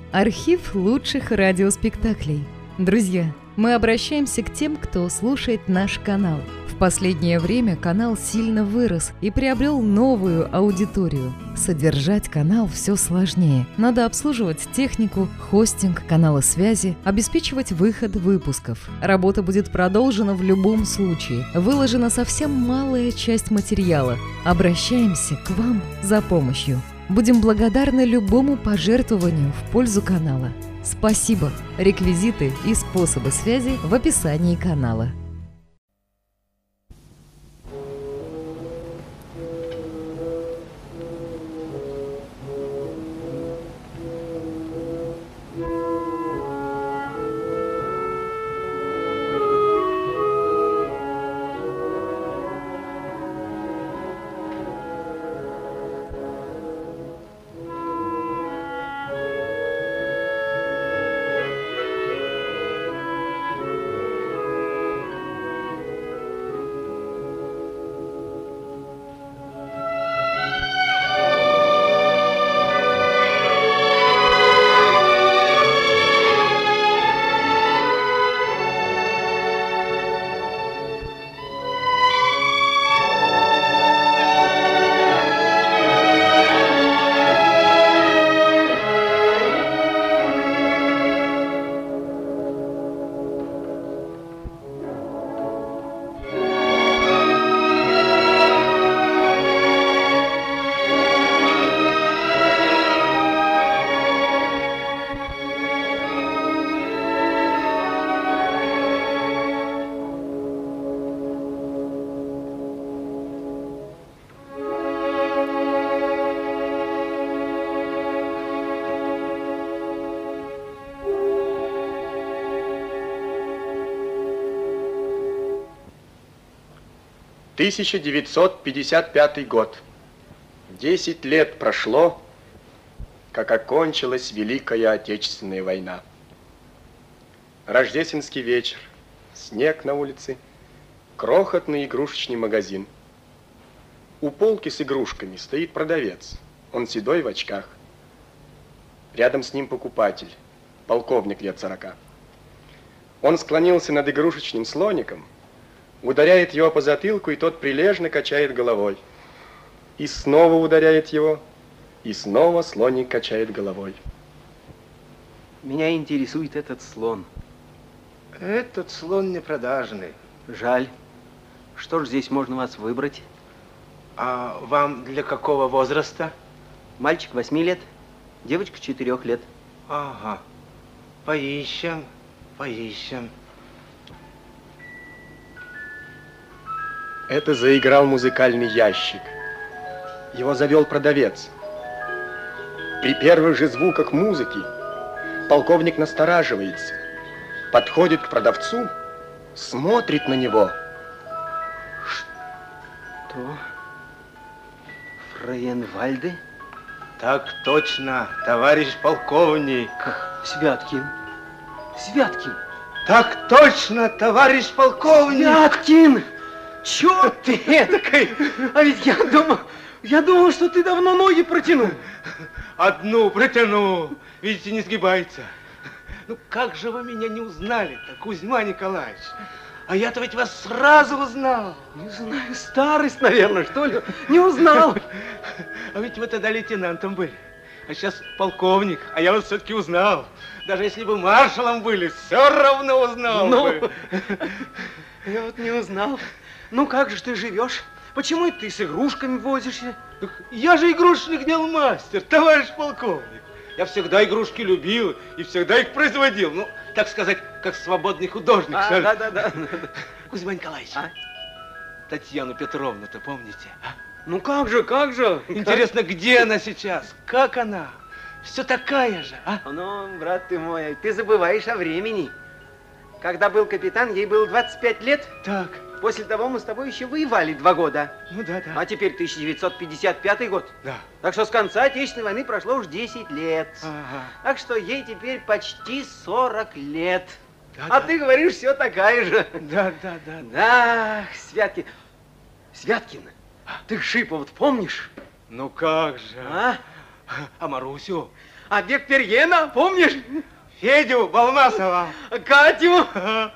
Архив лучших радиоспектаклей. Друзья, мы обращаемся к тем, кто слушает наш канал. В последнее время канал сильно вырос и приобрел новую аудиторию. Содержать канал все сложнее. Надо обслуживать технику, хостинг, каналы связи, обеспечивать выход выпусков. Работа будет продолжена в любом случае. Выложена совсем малая часть материала. Обращаемся к вам за помощью. Будем благодарны любому пожертвованию в пользу канала. Спасибо! Реквизиты и способы связи в описании канала. — 1955 год. 10 лет прошло, как окончилась Великая Отечественная война. Рождественский вечер, снег на улице, крохотный игрушечный магазин. У полки с игрушками стоит продавец, он седой в очках. Рядом с ним покупатель, полковник лет 40. Он склонился над игрушечным слоником, ударяет его по затылку, и тот прилежно качает головой. И снова ударяет его, и снова слоник качает головой. Меня интересует этот слон. Этот слон не продажный. Жаль. Что ж здесь можно вас выбрать? А вам для какого возраста? Мальчик 8 лет, девочка 4 лет. Ага. Поищем, поищем. Это заиграл музыкальный ящик. Его завел продавец. При первых же звуках музыки полковник настораживается, подходит к продавцу, смотрит на него. Что? Фрейенвальды? Так точно, товарищ полковник. Святкин. Святкин. Так точно, товарищ полковник. Святкин! Черт ты этакой! А ведь я думал, что ты давно ноги протянул. Одну протяну, видите, не сгибается. Ну как же вы меня не узнали-то, Кузьма Николаевич? А я-то ведь вас сразу узнал. Не знаю, старость, наверное, что ли? Не узнал. А ведь вы тогда лейтенантом были, а сейчас полковник, а я вас все-таки узнал. Даже если бы маршалом были, все равно узнал бы. Я вот не узнал. Ну как же ты живешь? Почему ты с игрушками возишься? Я же игрушечных дел мастер, товарищ полковник. Я всегда игрушки любил и всегда их производил. Ну, так сказать, как свободный художник. Да. Кузьма Николаевич, Татьяну Петровну-то помните? Ну как же? Интересно, где она сейчас? Как она? Все такая же, а? Ну, брат ты мой, ты забываешь о времени. Когда был капитан, ей было 25 лет. Так. После того мы с тобой еще воевали 2 года. Ну да. А теперь 1955 год. Да. Так что с конца Отечественной войны прошло уж 10 лет. Ага. Так что ей теперь почти 40 лет. Да. Ты говоришь, все такая же. Да. Да, Святкин, ты Шипова помнишь? Ну как же. А Марусю? А Бекперьена, помнишь? Федю Балмасова. Катю. Катю.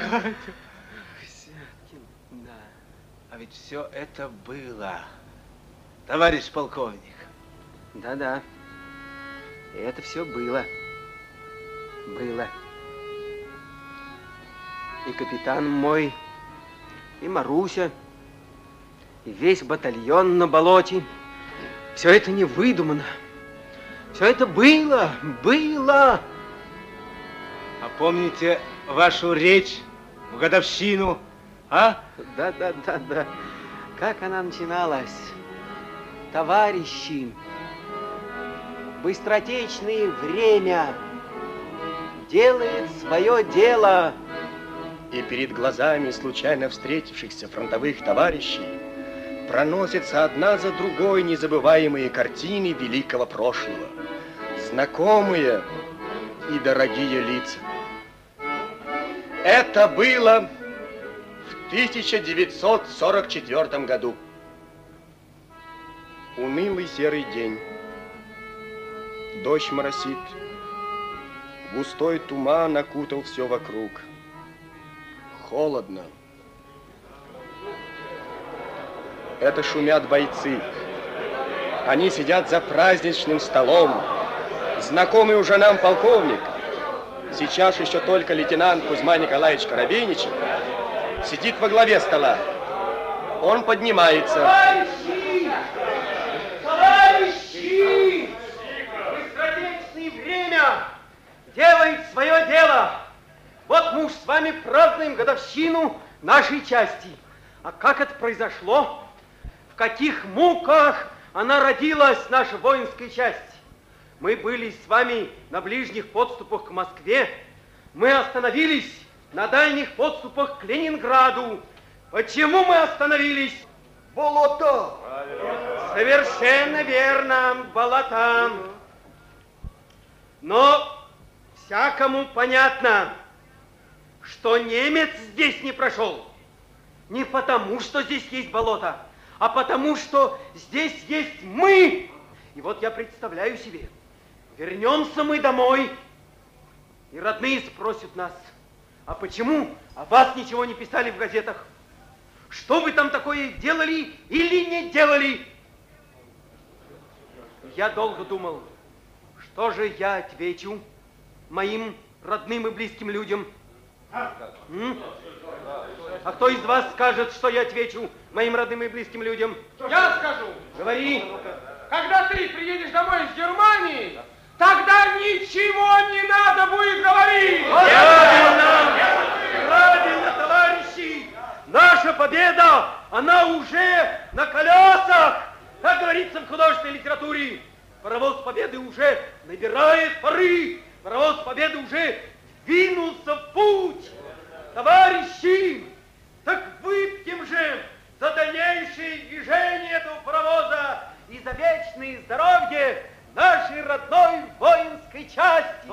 Да. А ведь все это было, товарищ полковник. Да-да. И это все было. Было. И капитан мой, и Маруся, и весь батальон на болоте. Все это не выдумано. Все это было, было. А помните вашу речь в годовщину, а? Да. Как она начиналась? Товарищи, быстротечное время делает свое дело. И перед глазами случайно встретившихся фронтовых товарищей проносятся одна за другой незабываемые картины великого прошлого, знакомые и дорогие лица. Это было в 1944 году. Унылый серый день. Дождь моросит. Густой туман окутал все вокруг. Холодно. Это шумят бойцы. Они сидят за праздничным столом. Знакомый уже нам полковник, сейчас еще только лейтенант Кузьма Николаевич Коробейничев, сидит во главе стола. Он поднимается. Товарищи! Товарищи! Быстротечное время делает свое дело. Вот мы уж с вами празднуем годовщину нашей части. А как это произошло? В каких муках она родилась, наша воинская часть? Мы были с вами на ближних подступах к Москве. Мы остановились на дальних подступах к Ленинграду. Почему мы остановились? Болото! Совершенно верно, болота. Но всякому понятно, что немец здесь не прошел. Не потому, что здесь есть болото, а потому, что здесь есть мы. И вот я представляю себе, вернемся мы домой, и родные спросят нас, а почему о вас ничего не писали в газетах? Что вы там такое делали или не делали? Я долго думал, что же я отвечу моим родным и близким людям. А кто из вас скажет, что я отвечу моим родным и близким людям? Я скажу. Говори. Когда ты приедешь домой из Германии, тогда ничего не надо будет говорить. Правильно, товарищи. Наша победа, она уже на колесах. Как говорится в художественной литературе, паровоз победы уже набирает пары. Паровоз победы уже двинулся в путь. Товарищи, так выпьем же за дальнейшее движение этого паровоза и за вечное здоровье нашей родной воинской части.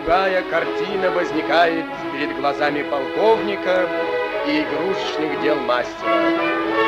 другая картина возникает перед глазами полковника и игрушечных дел мастера.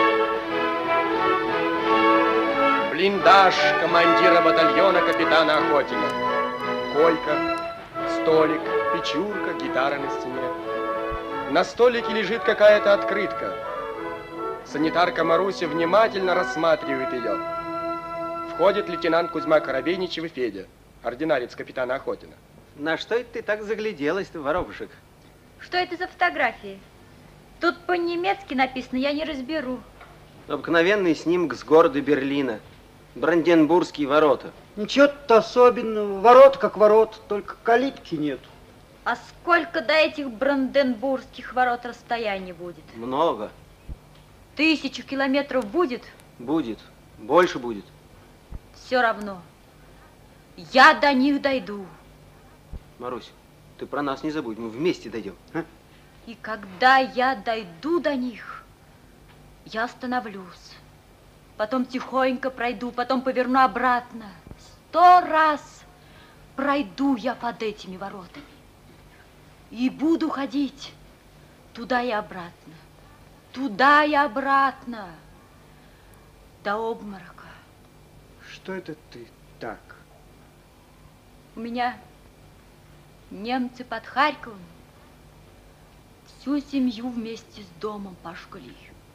Блиндаж командира батальона капитана Охотина. Койка, столик, печурка, гитара на стене. На столике лежит какая-то открытка. Санитарка Маруся внимательно рассматривает ее. Входит лейтенант Кузьма Коробейничев и Федя, ординарец капитана Охотина. На что это ты так загляделась-то, воробушек? Что это за фотографии? Тут по-немецки написано, я не разберу. Обыкновенный снимок с города Берлина. Бранденбургские ворота. Ничего-то особенного. Ворот как ворот, только калитки нет. А сколько до этих бранденбургских ворот расстояние будет? Много. 1000 километров будет? Будет. Больше будет. Все равно. Я до них дойду. Марусь, ты про нас не забудь, мы вместе дойдем. А? И когда я дойду до них, я остановлюсь. Потом тихонько пройду, потом поверну обратно. 100 раз пройду я под этими воротами. И буду ходить туда и обратно. Туда и обратно. До обморока. Что это ты так? У меня немцы под Харьковом всю семью вместе с домом пожгли.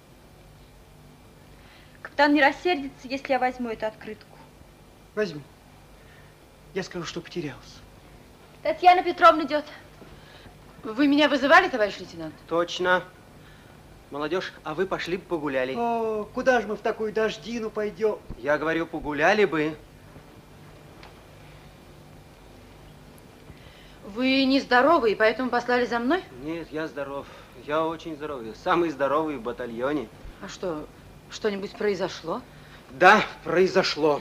Капитан не рассердится, если я возьму эту открытку. Возьми. Я скажу, что потерялся. Татьяна Петровна идет. Вы меня вызывали, товарищ лейтенант? Точно. Молодежь, а вы пошли бы погуляли. О, куда же мы в такую дождину пойдем? Я говорю, погуляли бы. Вы нездоровы, и поэтому послали за мной? Нет, я здоров. Я очень здоровый. Самый здоровый в батальоне. А что, что-нибудь произошло? Да, произошло.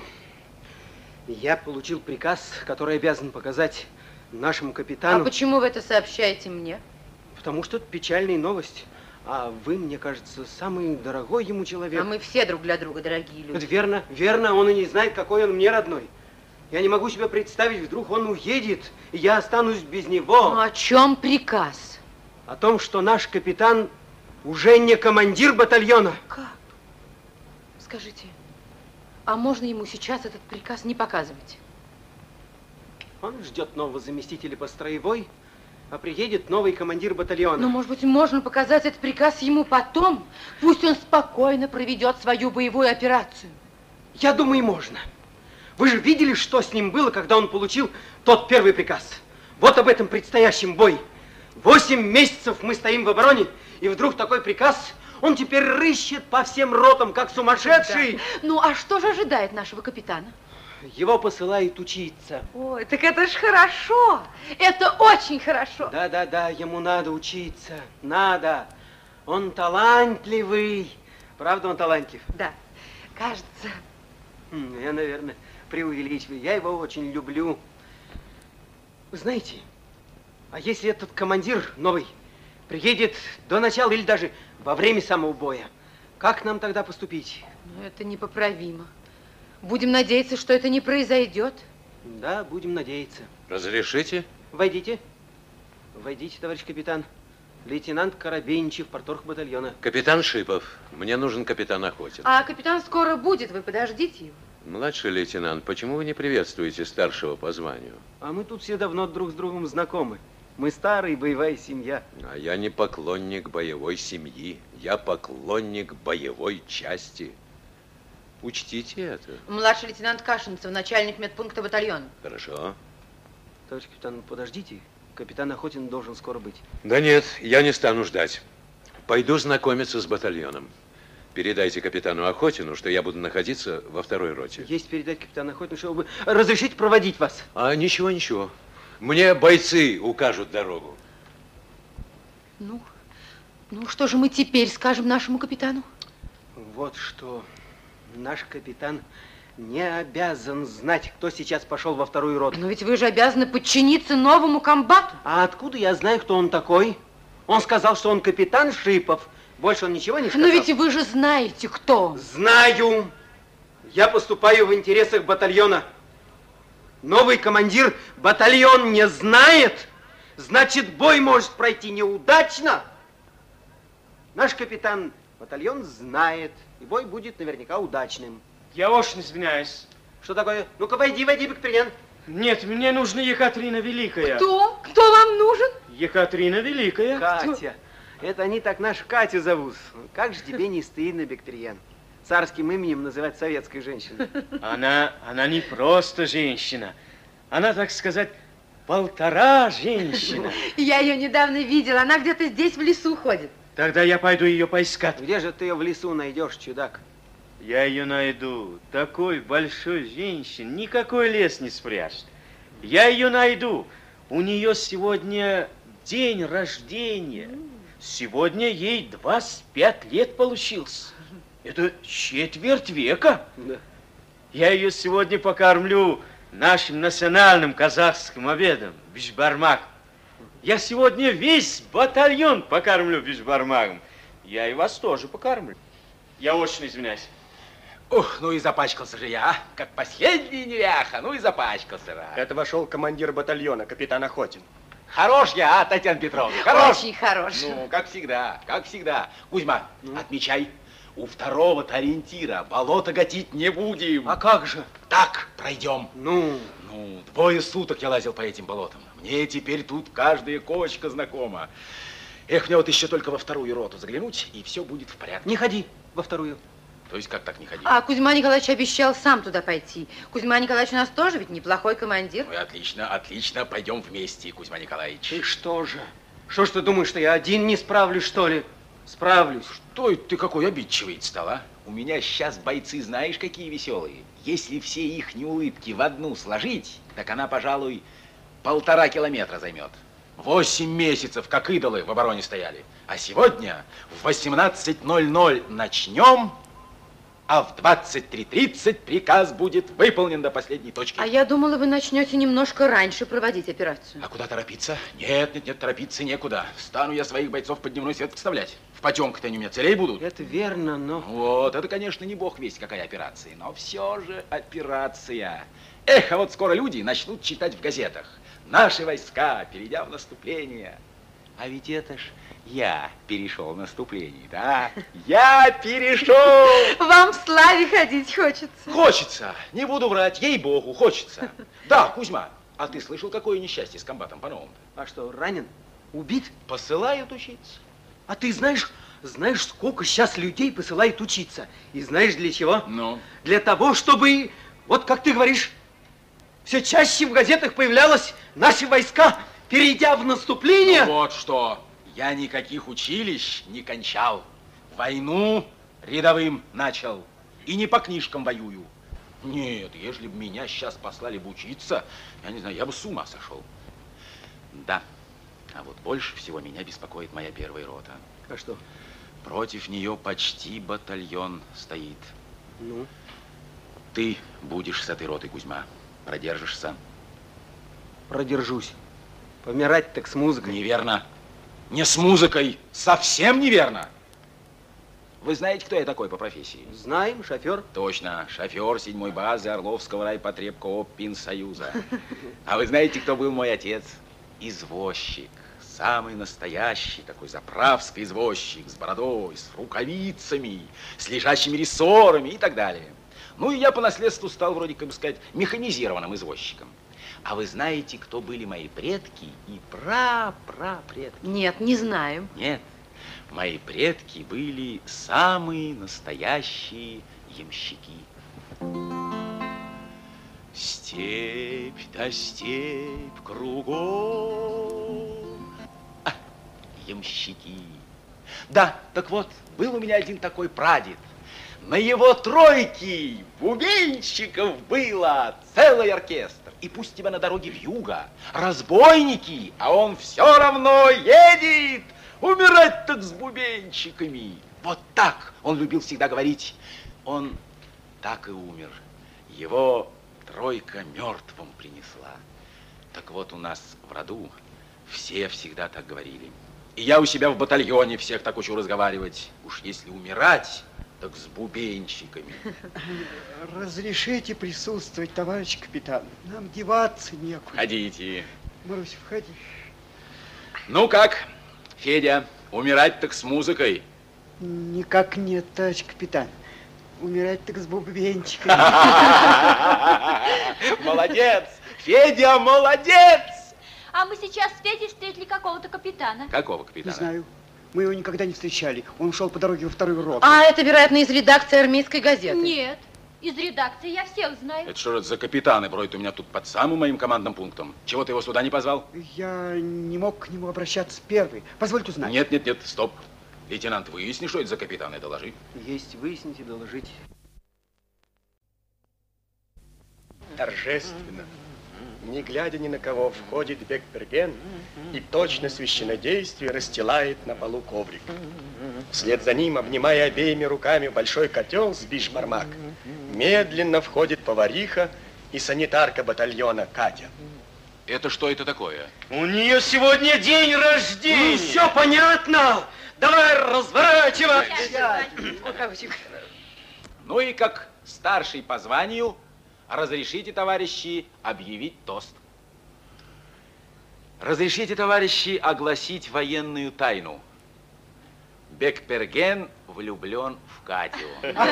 Я получил приказ, который обязан показать нашему капитану. А почему вы это сообщаете мне? Потому что это печальная новость. А вы, мне кажется, самый дорогой ему человек. А мы все друг для друга дорогие люди. Это верно, верно. Он и не знает, какой он мне родной. Я не могу себе представить, вдруг он уедет, и я останусь без него. Ну, о чем приказ? О том, что наш капитан уже не командир батальона. Как? Скажите, а можно ему сейчас этот приказ не показывать? Он ждет нового заместителя по строевой, а приедет новый командир батальона. Ну, может быть, можно показать этот приказ ему потом? Пусть он спокойно проведет свою боевую операцию. Я думаю, можно. Вы же видели, что с ним было, когда он получил тот первый приказ? Вот об этом предстоящем бой. 8 месяцев мы стоим в обороне, и вдруг такой приказ, он теперь рыщет по всем ротам, как сумасшедший. Да. Ну, а что же ожидает нашего капитана? Его посылают учиться. Ой, так это ж хорошо. Это очень хорошо. Да, ему надо учиться. Надо. Он талантливый. Правда, он талантлив? Да, кажется. Я, наверное, преувеличиваю. Я его очень люблю. Вы знаете, а если этот командир новый приедет до начала или даже во время самого боя, как нам тогда поступить? Ну, это непоправимо. Будем надеяться, что это не произойдет. Да, будем надеяться. Разрешите? Войдите. Войдите, товарищ капитан. Лейтенант Коробейничев, парторг батальона. Капитан Шипов. Мне нужен капитан Охотин. А капитан скоро будет, вы подождите его. Младший лейтенант, почему вы не приветствуете старшего по званию? А мы тут все давно друг с другом знакомы. Мы старая боевая семья. А я не поклонник боевой семьи. Я поклонник боевой части. Учтите это. Младший лейтенант Кашинцев, начальник медпункта батальона. Хорошо. Товарищ капитан, подождите. Капитан Охотин должен скоро быть. Да нет, я не стану ждать. Пойду знакомиться с батальоном. Передайте капитану Охотину, что я буду находиться во 2-й роте. Есть передать капитану Охотину, чтобы разрешить проводить вас. А ничего. Мне бойцы укажут дорогу. Ну, что же мы теперь скажем нашему капитану? Вот что. Наш капитан не обязан знать, кто сейчас пошел во 2-ю роту. Но ведь вы же обязаны подчиниться новому комбату. А откуда я знаю, кто он такой? Он сказал, что он капитан Шипов. Больше он ничего не сказал. Но ведь вы же знаете, кто он. Знаю. Я поступаю в интересах батальона. Новый командир батальон не знает, значит, бой может пройти неудачно. Наш капитан батальон знает, и бой будет наверняка удачным. Я очень извиняюсь. Что такое? Ну-ка, войди, Бектриян. Нет, мне нужна Екатерина Великая. Кто? Кто вам нужен? Екатерина Великая. Катя. Это они так нашу Катю зовут. Как же тебе не стыдно, Бектриян? Царским именем называть советской женщиной. Она не просто женщина. Она, так сказать, полтора женщина. Я ее недавно видела. Она где-то здесь в лесу ходит. Тогда я пойду ее поискать. Где же ты ее в лесу найдешь, чудак? Я ее найду. Такой большой женщин никакой лес не спрячет. Я ее найду. У нее сегодня день рождения. Сегодня ей 25 лет получился. Это четверть века. Да. Я ее сегодня покормлю нашим национальным казахским обедом, бишбармак. Я сегодня весь батальон покормлю бишбармаком. Я и вас тоже покормлю. Я очень извиняюсь. Ух, ну и запачкался же я, как последний неряха, ну и запачкался. Это вошел командир батальона, капитан Охотин. Хорош я, Татьяна Петровна, хорош. Очень хорош. Ну, как всегда, как всегда. Кузьма, отмечай, у второго-то ориентира болото гатить не будем. А как же? Так, пройдем. Ну, 2 суток я лазил по этим болотам. Мне теперь тут каждая кочка знакома. Эх, мне вот еще только во 2-ю роту заглянуть, и все будет в порядке. не ходи во 2-ю. То есть как так не ходи? А Кузьма Николаевич обещал сам туда пойти. Кузьма Николаевич у нас тоже ведь неплохой командир. Ну и отлично, отлично, пойдем вместе, Кузьма Николаевич. И что же? Что ж ты думаешь, что я один не справлюсь, что ли? Справлюсь. Что это ты какой обидчивый стал, а? У меня сейчас бойцы, знаешь, какие веселые. Если все их улыбки в одну сложить, так она, пожалуй, 1,5 километра займет. 8 месяцев, как идолы, в обороне стояли. А сегодня в 18:00 начнем, а в 23:30 приказ будет выполнен до последней точки. А я думала, вы начнете немножко раньше проводить операцию. А куда торопиться? Нет, торопиться некуда. Стану я своих бойцов под дневной свет подставлять. В потемках-то они у меня целей будут. Это верно, но... Вот, это, конечно, не бог весть какая операция, но все же операция. Эх, а вот скоро люди начнут читать в газетах. Наши войска, перейдя в наступление. А ведь это ж я перешел в наступление, да? Я перешел! Вам в славе ходить хочется. Хочется, не буду врать, ей-богу, хочется. Да, Кузьма, а ты слышал, какое несчастье с комбатом по-новому? А что, ранен? Убит? Посылают учиться. А ты знаешь, сколько сейчас людей посылают учиться? И знаешь для чего? Ну? Для того, чтобы, вот как ты говоришь, все чаще в газетах появлялось наши войска, перейдя в наступление. Ну вот что, я никаких училищ не кончал. Войну рядовым начал. И не по книжкам воюю. Нет, если бы меня сейчас послали бы учиться, я не знаю, я бы с ума сошел. Да, а вот больше всего меня беспокоит моя 1-я рота. А что? Против нее почти батальон стоит. Ну? Ты будешь с этой ротой, Кузьма. Продержишься? Продержусь. Помирать так с музыкой. Неверно. Не с музыкой. Совсем неверно. Вы знаете, кто я такой по профессии? Знаем, шофер. Точно, шофер 7-й базы Орловского райпотребкооп Пинсоюза. А вы знаете, кто был мой отец? Извозчик. Самый настоящий такой заправский извозчик с бородой, с рукавицами, с лежачими рессорами и так далее. Ну и я по наследству стал, вроде как бы сказать, механизированным извозчиком. А вы знаете, кто были мои предки и прапрапредки? Нет, не знаем. Нет, мои предки были самые настоящие ямщики. Степь да степь кругом. Ямщики. Да, так вот, был у меня один такой прадед. На его тройке бубенщиков было целый оркестр. И пусть тебя на дороге вьюга, разбойники, а он все равно едет. Умирать так с бубенщиками. Вот так он любил всегда говорить. Он так и умер. Его тройка мертвым принесла. Так вот, у нас в роду все всегда так говорили. И я у себя в батальоне всех так учу разговаривать. Уж если умирать, так с бубенчиками. Разрешите присутствовать, товарищ капитан. Нам деваться некуда. Входите. Марусь, входи. Ну как, Федя, умирать так с музыкой? Никак нет, товарищ капитан. Умирать так с бубенчиками. Молодец! Федя, молодец! А мы сейчас с Федей встретили какого-то капитана. Какого капитана? Не знаю. Мы его никогда не встречали. Он шел по дороге во вторую роту. А это, вероятно, из редакции армейской газеты. Нет, из редакции я всех знаю. Это что это за капитаны бродят у меня тут под самым моим командным пунктом? Чего ты его сюда не позвал? Я не мог к нему обращаться первый. Позвольте узнать. Нет, стоп. Лейтенант, выясни, что это за капитаны, доложи. Есть, выясните, доложите. Торжественно, не глядя ни на кого, входит Бекперген и точно священнодействие расстилает на полу коврик. Вслед за ним, обнимая обеими руками большой котел с бишбармак, медленно входит повариха и санитарка батальона Катя. Это что это такое? У нее сегодня день рождения. Ну, все понятно. Давай разворачивать. Ну и как старший по званию, разрешите, товарищи, объявить тост. Разрешите, товарищи, огласить военную тайну. Бекперген влюблен в Катю.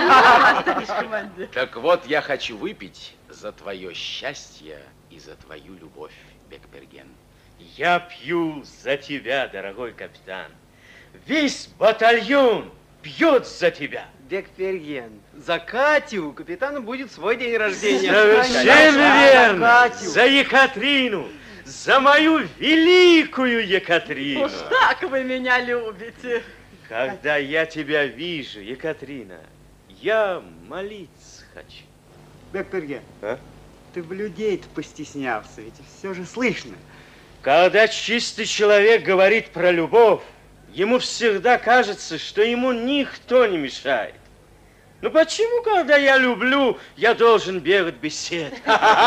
Так вот, я хочу выпить за твое счастье и за твою любовь, Бекперген. Я пью за тебя, дорогой капитан. Весь батальон пьет за тебя. Бекперген, за Катю у капитана будет свой день рождения. Совершенно верно. За Екатерину. За мою великую Екатерину. Уж так вы меня любите. Когда я тебя вижу, Екатерина, я молиться хочу. Бекперген, А? ты в людей-то постеснялся, ведь все же слышно. Когда чистый человек говорит про любовь, ему всегда кажется, что ему никто не мешает. Ну почему, когда я люблю, я должен бегать без сетки?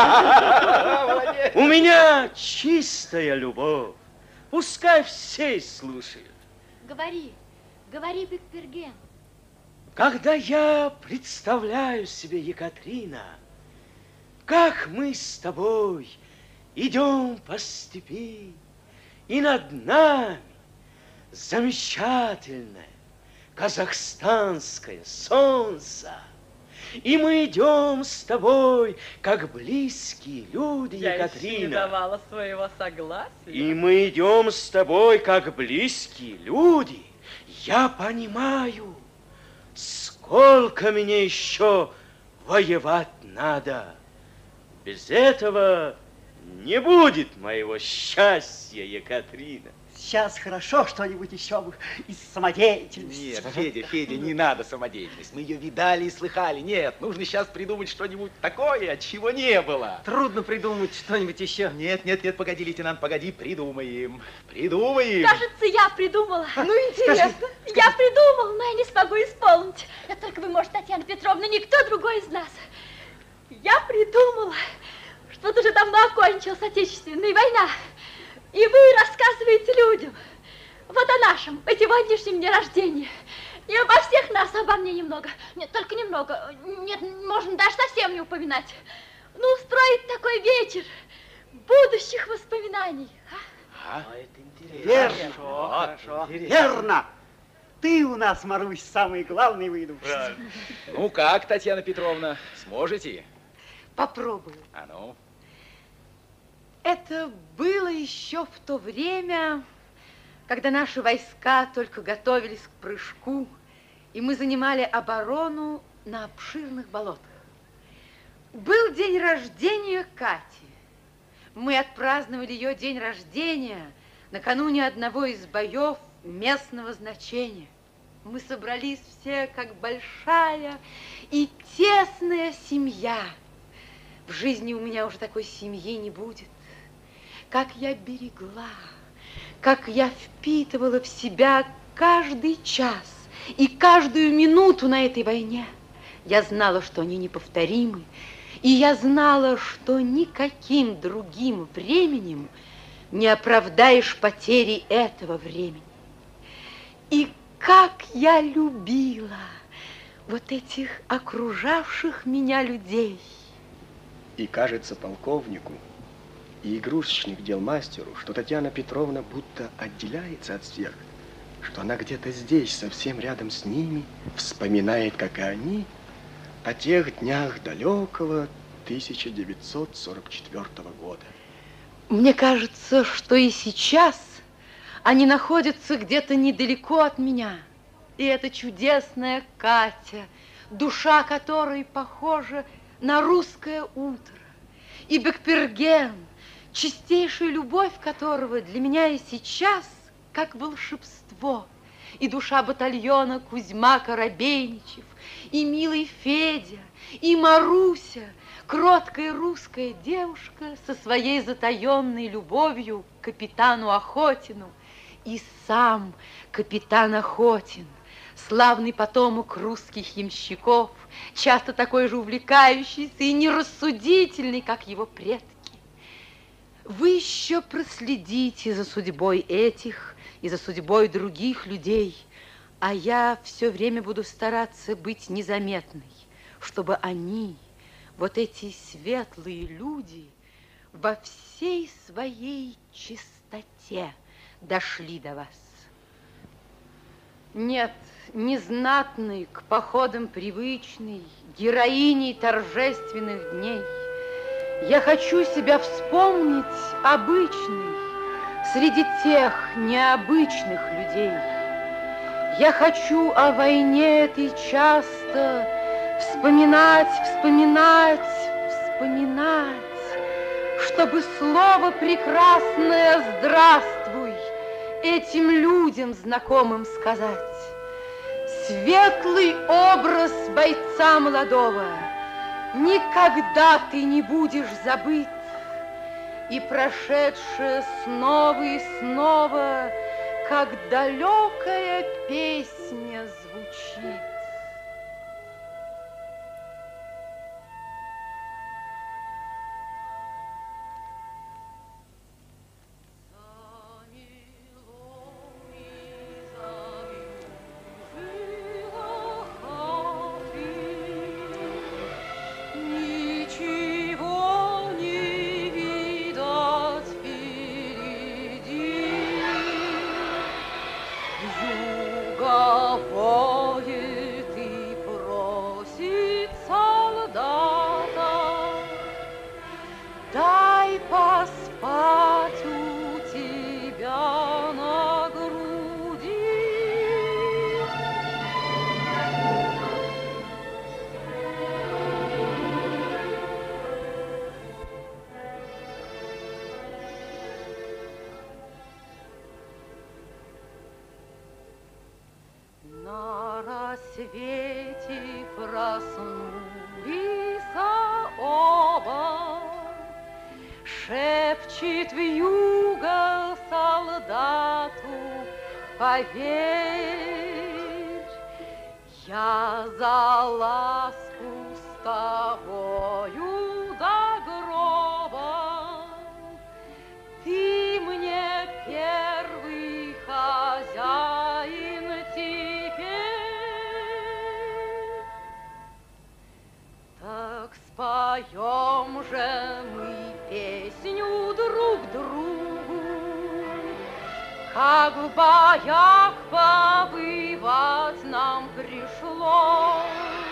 У меня чистая любовь. Пускай все слушают. Говори, говори, Бекперген. Когда я представляю себе, Екатерина, как мы с тобой идем по степи, и над нами замечательное казахстанское солнце, и мы идем с тобой, как близкие люди, Екатерина. Я еще не давала своего согласия. И мы идем с тобой, как близкие люди. Я понимаю, сколько мне еще воевать надо. Без этого не будет моего счастья, Екатерина. Сейчас хорошо что-нибудь еще бы из самодеятельности. Нет, Федя, не надо самодеятельность. Мы ее видали и слыхали. Нет, нужно сейчас придумать что-нибудь такое, чего не было. Трудно придумать что-нибудь еще. Нет, погоди, лейтенант, погоди, придумаем. Кажется, я придумала. Ну, интересно. Я придумала, но я не смогу исполнить. Это только вы, может, Татьяна Петровна, никто другой из нас. Я придумала, что вот уже давно окончилась Отечественная война. И вы рассказываете людям вот о нашем, о сегодняшнем дне рождения. И обо всех нас, обо мне немного. Нет, только немного. Нет, можно даже совсем не упоминать. Ну, устроить такой вечер будущих воспоминаний. Это интересно. Верно, хорошо. Верно. Ты у нас, Марусь, самый главный выдумщик. Ну как, Татьяна Петровна, сможете? Попробую. А ну? Это было еще в то время, когда наши войска только готовились к прыжку, и мы занимали оборону на обширных болотах. Был день рождения Кати. Мы отпраздновали ее день рождения накануне одного из боев местного значения. Мы собрались все как большая и тесная семья. В жизни у меня уже такой семьи не будет. Как я берегла, как я впитывала в себя каждый час и каждую минуту на этой войне. Я знала, что они неповторимы, и я знала, что никаким другим временем не оправдаешь потери этого времени. И как я любила вот этих окружавших меня людей. И кажется полковнику и игрушечных дел мастеру, что Татьяна Петровна будто отделяется от всех, что она где-то здесь, совсем рядом с ними, вспоминает, как и они, о тех днях далекого 1944 года. Мне кажется, что и сейчас они находятся где-то недалеко от меня. И эта чудесная Катя, душа которой похожа на русское утро, и Бекперген, чистейшая любовь которого для меня и сейчас как волшебство, и душа батальона Кузьма Коробейничев, и милый Федя, и Маруся, кроткая русская девушка со своей затаенной любовью к капитану Охотину, и сам капитан Охотин, славный потомок русских ямщиков, часто такой же увлекающийся и нерассудительный, как его предки. Вы еще проследите за судьбой этих и за судьбой других людей, а я все время буду стараться быть незаметной, чтобы они, вот эти светлые люди, во всей своей чистоте дошли до вас. Нет, не знатной, к походам привычной, героиней торжественных дней. Я хочу себя вспомнить обычной среди тех необычных людей. Я хочу о войне этой часто вспоминать, чтобы слово прекрасное «здравствуй» этим людям знакомым сказать. Светлый образ бойца молодого никогда ты не будешь забыть, и прошедшее снова и снова, как далекая песня звучит. Свете проснулись оба, шепчет вьюга солдату: поверь, я за ласку с тобою до гроба, ты мне первый хозяин теперь. Так споем же мы песню друг другу, как в боях побывать нам пришлось,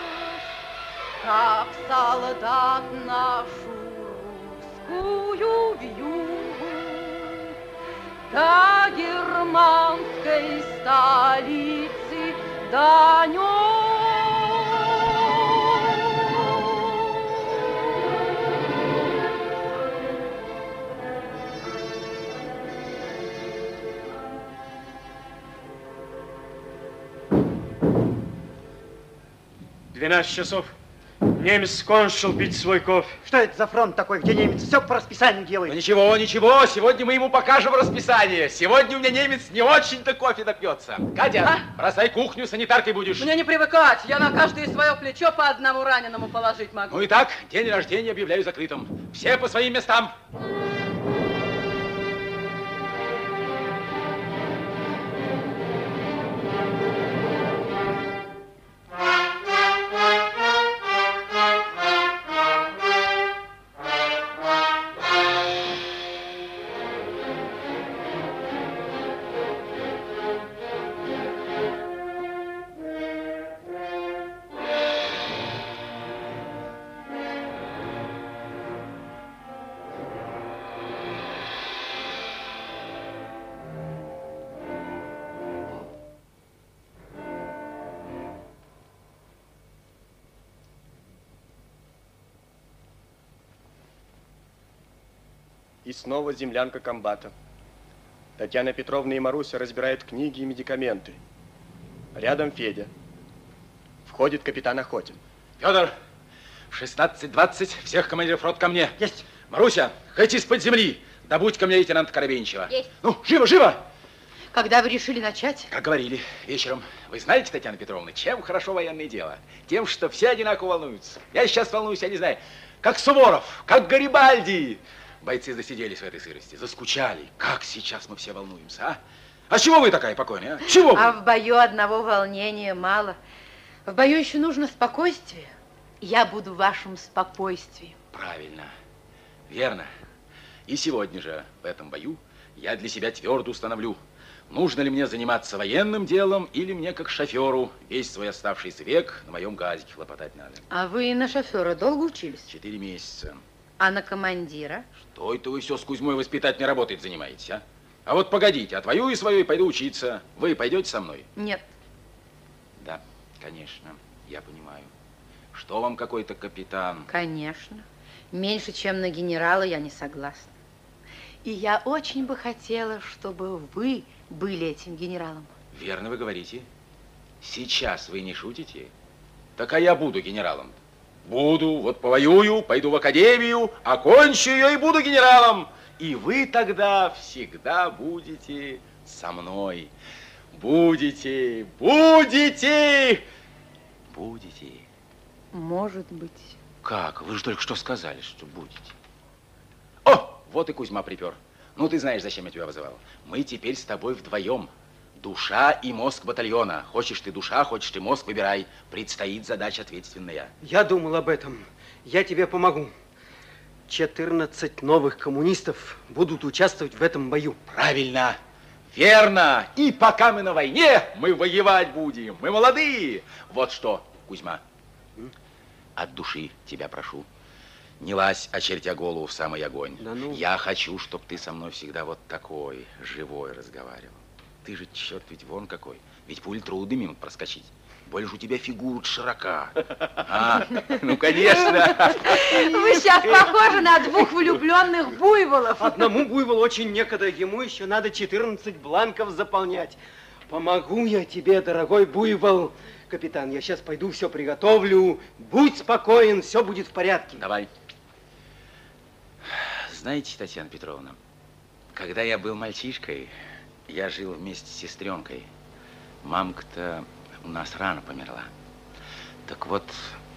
как солдат нашу русскую вьюгу до германской столицы донес. $12. Немец кончил пить свой кофе. Что это за фронт такой, где немец все по расписанию делает? Ну ничего, ничего, сегодня мы ему покажем расписание. Сегодня у меня немец не очень-то кофе напьется. Катя, бросай кухню, санитаркой будешь. Мне не привыкать, я на каждое свое плечо по одному раненому положить могу. Ну и так, день рождения объявляю закрытым. Все по своим местам. И снова землянка комбата. Татьяна Петровна и Маруся разбирают книги и медикаменты. Рядом Федя. Входит капитан Охотин. Федор, в 16:20 всех командиров рот ко мне. Есть. Маруся, хоть из-под земли, добудь ко мне лейтенанта Коробейничева. Есть. Ну, живо, живо! Когда вы решили начать? Как говорили, вечером. Вы знаете, Татьяна Петровна, чем хорошо военное дело? Тем, что все одинаково волнуются. Я сейчас волнуюсь, я не знаю, как Суворов, как Гарибальди. Бойцы засиделись в этой сырости, заскучали. Как сейчас мы все волнуемся, а? А чего вы такая покойная, а? Чего вы? А в бою одного волнения мало. В бою еще нужно спокойствие. Я буду в вашем спокойствии. Правильно, верно. И сегодня же в этом бою я для себя твердо установлю, нужно ли мне заниматься военным делом или мне, как шоферу, весь свой оставшийся век на моем газике хлопотать надо. А вы на шофера долго учились? 4 месяца. А на командира? Что это вы все с Кузьмой воспитательной работой занимаетесь, а? А вот погодите, отвоюю свою и пойду учиться. Вы пойдете со мной? Нет. Да, конечно, я понимаю. Что вам какой-то капитан? Конечно. Меньше, чем на генерала, я не согласна. И я очень бы хотела, чтобы вы были этим генералом. Верно вы говорите. Сейчас вы не шутите? Так а я буду генералом. Буду, вот повоюю, пойду в академию, окончу ее и буду генералом. И вы тогда всегда будете со мной. Будете, будете, будете. Может быть. Как? Вы же только что сказали, что будете. О, вот и Кузьма припер. Ну, ты знаешь, зачем я тебя вызывал. Мы теперь с тобой вдвоем. Душа и мозг батальона. Хочешь ты душа, хочешь ты мозг, выбирай. Предстоит задача ответственная. Я думал об этом. Я тебе помогу. 14 новых коммунистов будут участвовать в этом бою. Правильно. Верно. И пока мы на войне, мы воевать будем. Мы молодые. Вот что, Кузьма, от души тебя прошу. Не лазь, очертя голову в самый огонь. Да ну. Я хочу, чтобы ты со мной всегда вот такой, живой разговаривал. Ты же, черт, ведь вон какой. Ведь пуль трудно мимо проскочить. Более же у тебя фигура широка. А, ну, конечно. Вы сейчас похожи на двух влюбленных буйволов. Одному буйволу очень некогда, ему еще надо 14 бланков заполнять. Помогу я тебе, дорогой буйвол. Капитан, я сейчас пойду все приготовлю. Будь спокоен, все будет в порядке. Давай. Знаете, Татьяна Петровна, когда я был мальчишкой, я жил вместе с сестренкой. Мамка-то у нас рано померла. Так вот,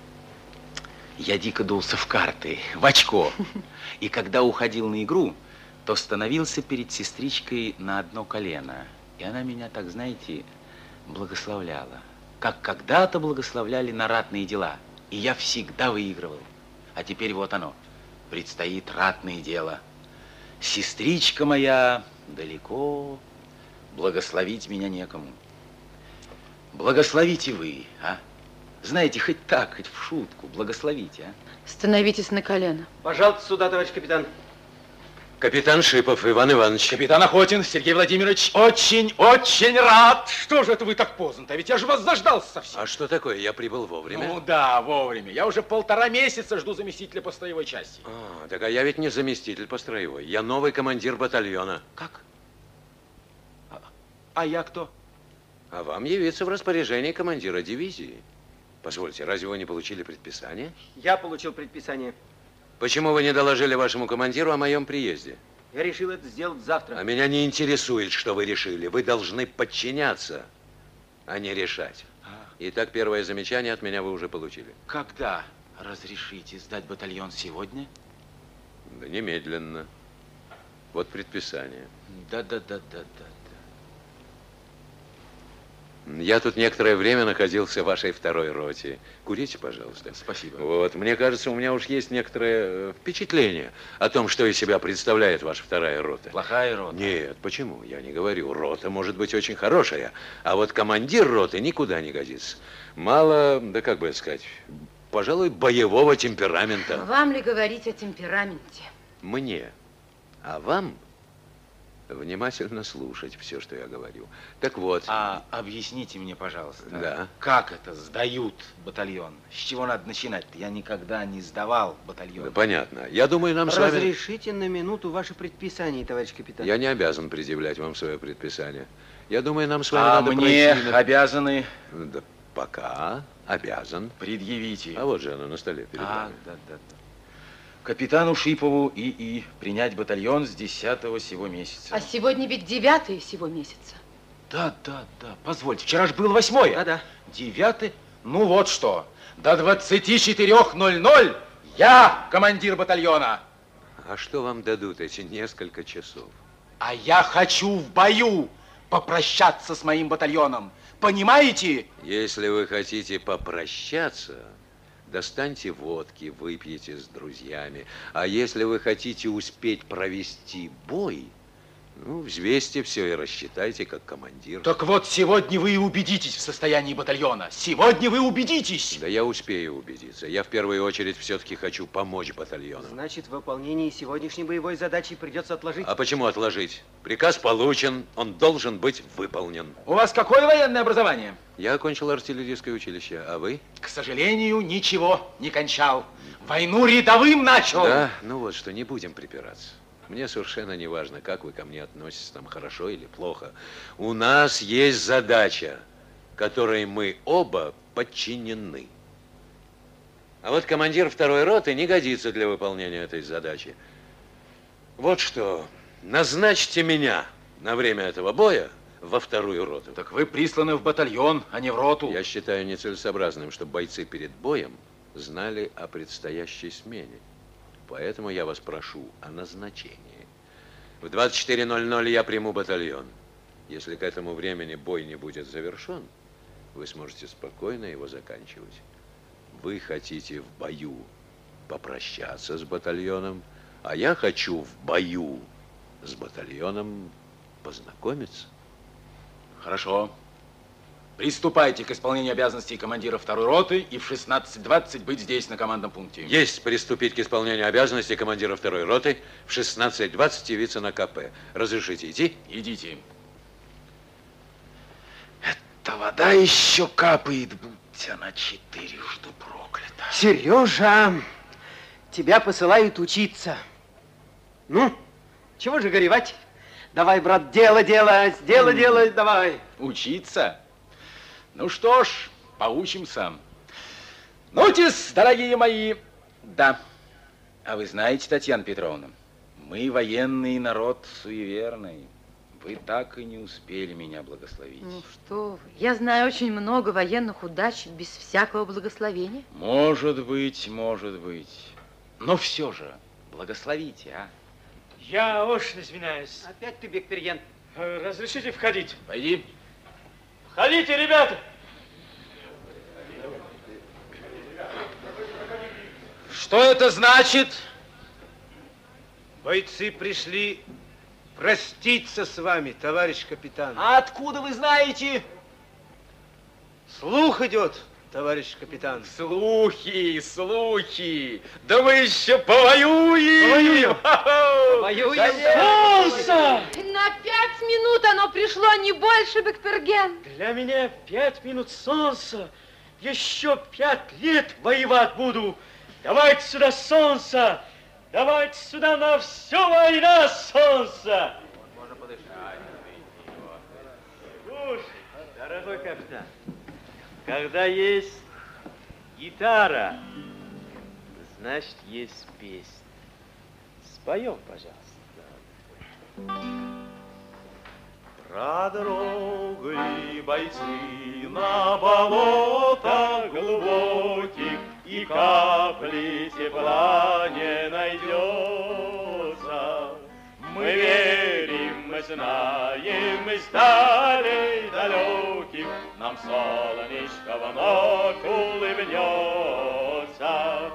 я дико дулся в карты, в очко. И когда уходил на игру, то становился перед сестричкой на одно колено. И она меня, так знаете, благословляла. Как когда-то благословляли на ратные дела. И я всегда выигрывал. А теперь вот оно, предстоит ратное дело. Сестричка моя далеко, благословить меня некому. Благословите вы, а? Знаете, хоть так, хоть в шутку, благословите, а? Становитесь на колено. Пожалуйста, сюда, товарищ капитан. Капитан Шипов Иван Иванович. Капитан Охотин Сергей Владимирович, очень рад. Что же это вы так поздно-то? Ведь я же вас заждался совсем. А что такое? Я прибыл вовремя. Ну да, вовремя. Я уже 1,5 месяца жду заместителя по строевой части. А, так а я ведь не заместитель по строевой. Я новый командир батальона. Как? А я кто? А вам явиться в распоряжении командира дивизии. Позвольте, разве вы не получили предписание? Я получил предписание. Почему вы не доложили вашему командиру о моем приезде? Я решил это сделать завтра. А меня не интересует, что вы решили. Вы должны подчиняться, а не решать. Итак, первое замечание от меня вы уже получили. Когда разрешите сдать батальон сегодня? Да немедленно. Вот предписание. Да. Я тут некоторое время находился в вашей второй роте. Курите, пожалуйста. Спасибо. Вот, мне кажется, у меня уж есть некоторое впечатление о том, что из себя представляет ваша вторая рота. Плохая рота? Нет, почему? Я не говорю. Рота может быть очень хорошая, а вот командир роты никуда не годится. Мало, да как бы сказать, пожалуй, боевого темперамента. Вам ли говорить о темпераменте? Мне. А вам внимательно слушать все, что я говорю. Так вот. А объясните мне, пожалуйста, да. Как это сдают батальон? С чего надо начинать-то? Я никогда не сдавал батальон. Да, понятно. Я думаю, нам с вами... Разрешите на минуту ваше предписание, товарищ капитан? Я не обязан предъявлять вам свое предписание. Я думаю, нам с вами надо мне пройти... обязаны... Да пока обязан. Предъявите. А вот же оно на столе перед вами. Да. Капитану Шипову ИИ принять батальон с 10-го сего месяца. А сегодня ведь 9-е сего месяца. Да. Позвольте, вчера же было 8-е. Да. 9-е? Ну вот что. До 24:00 я командир батальона. А что вам дадут эти несколько часов? А я хочу в бою попрощаться с моим батальоном. Понимаете? Если вы хотите попрощаться, достаньте водки, выпьете с друзьями. А если вы хотите успеть провести бой, взвесьте все и рассчитайте как командир. Так вот, сегодня вы и убедитесь в состоянии батальона. Сегодня вы убедитесь. Да я успею убедиться. Я в первую очередь все-таки хочу помочь батальону. Значит, выполнение сегодняшней боевой задачи придется отложить? А почему отложить? Приказ получен, он должен быть выполнен. У вас какое военное образование? Я окончил артиллерийское училище, а вы? К сожалению, ничего не кончал. Войну рядовым начал. Да, вот что, не будем припираться. Мне совершенно не важно, как вы ко мне относитесь, там, хорошо или плохо. У нас есть задача, которой мы оба подчинены. А вот командир второй роты не годится для выполнения этой задачи. Вот что, назначьте меня на время этого боя во вторую роту. Так вы присланы в батальон, а не в роту. Я считаю нецелесообразным, чтобы бойцы перед боем знали о предстоящей смене. Поэтому я вас прошу о назначении. В 24:00 я приму батальон. Если к этому времени бой не будет завершен, вы сможете спокойно его заканчивать. Вы хотите в бою попрощаться с батальоном, а я хочу в бою с батальоном познакомиться. Хорошо. Приступайте к исполнению обязанностей командира второй роты и в 16:20 быть здесь, на командном пункте. Есть приступить к исполнению обязанностей командира второй роты, в 16:20 явиться на КП. Разрешите идти? Идите. Эта вода еще капает, будь она 4-жды проклята. Сережа, тебя посылают учиться. Чего же горевать? Давай, брат, дело, давай. Учиться? Ну что ж, поучимся. Ну-тес, дорогие мои. Да. А вы знаете, Татьяна Петровна, мы военный народ суеверный. Вы так и не успели меня благословить. Ну что вы, я знаю очень много военных удач без всякого благословения. Может быть. Но все же, благословите, а? Я очень извиняюсь. Опять ты, Бекперьян. Разрешите входить? Пойди. Входите, ребята! Что это значит? Бойцы пришли проститься с вами, товарищ капитан. А откуда вы знаете? Слух идет, товарищ капитан. Слухи. Да мы еще повоюем. Солнце! На 5 минут оно пришло, не больше, Бекперген. Для меня 5 минут солнца. Еще 5 лет воевать буду. Давайте сюда солнце. Давайте сюда на всю война солнце. Можно подышать. Слушай, дорогой капитан, когда есть гитара, значит, есть песня. Споем, пожалуйста. Про дорогой бойцы на болотах глубоких, и капли тепла не найдется. Мы верим, мы знаем, из далей далеких нам солнышко вновь улыбнется.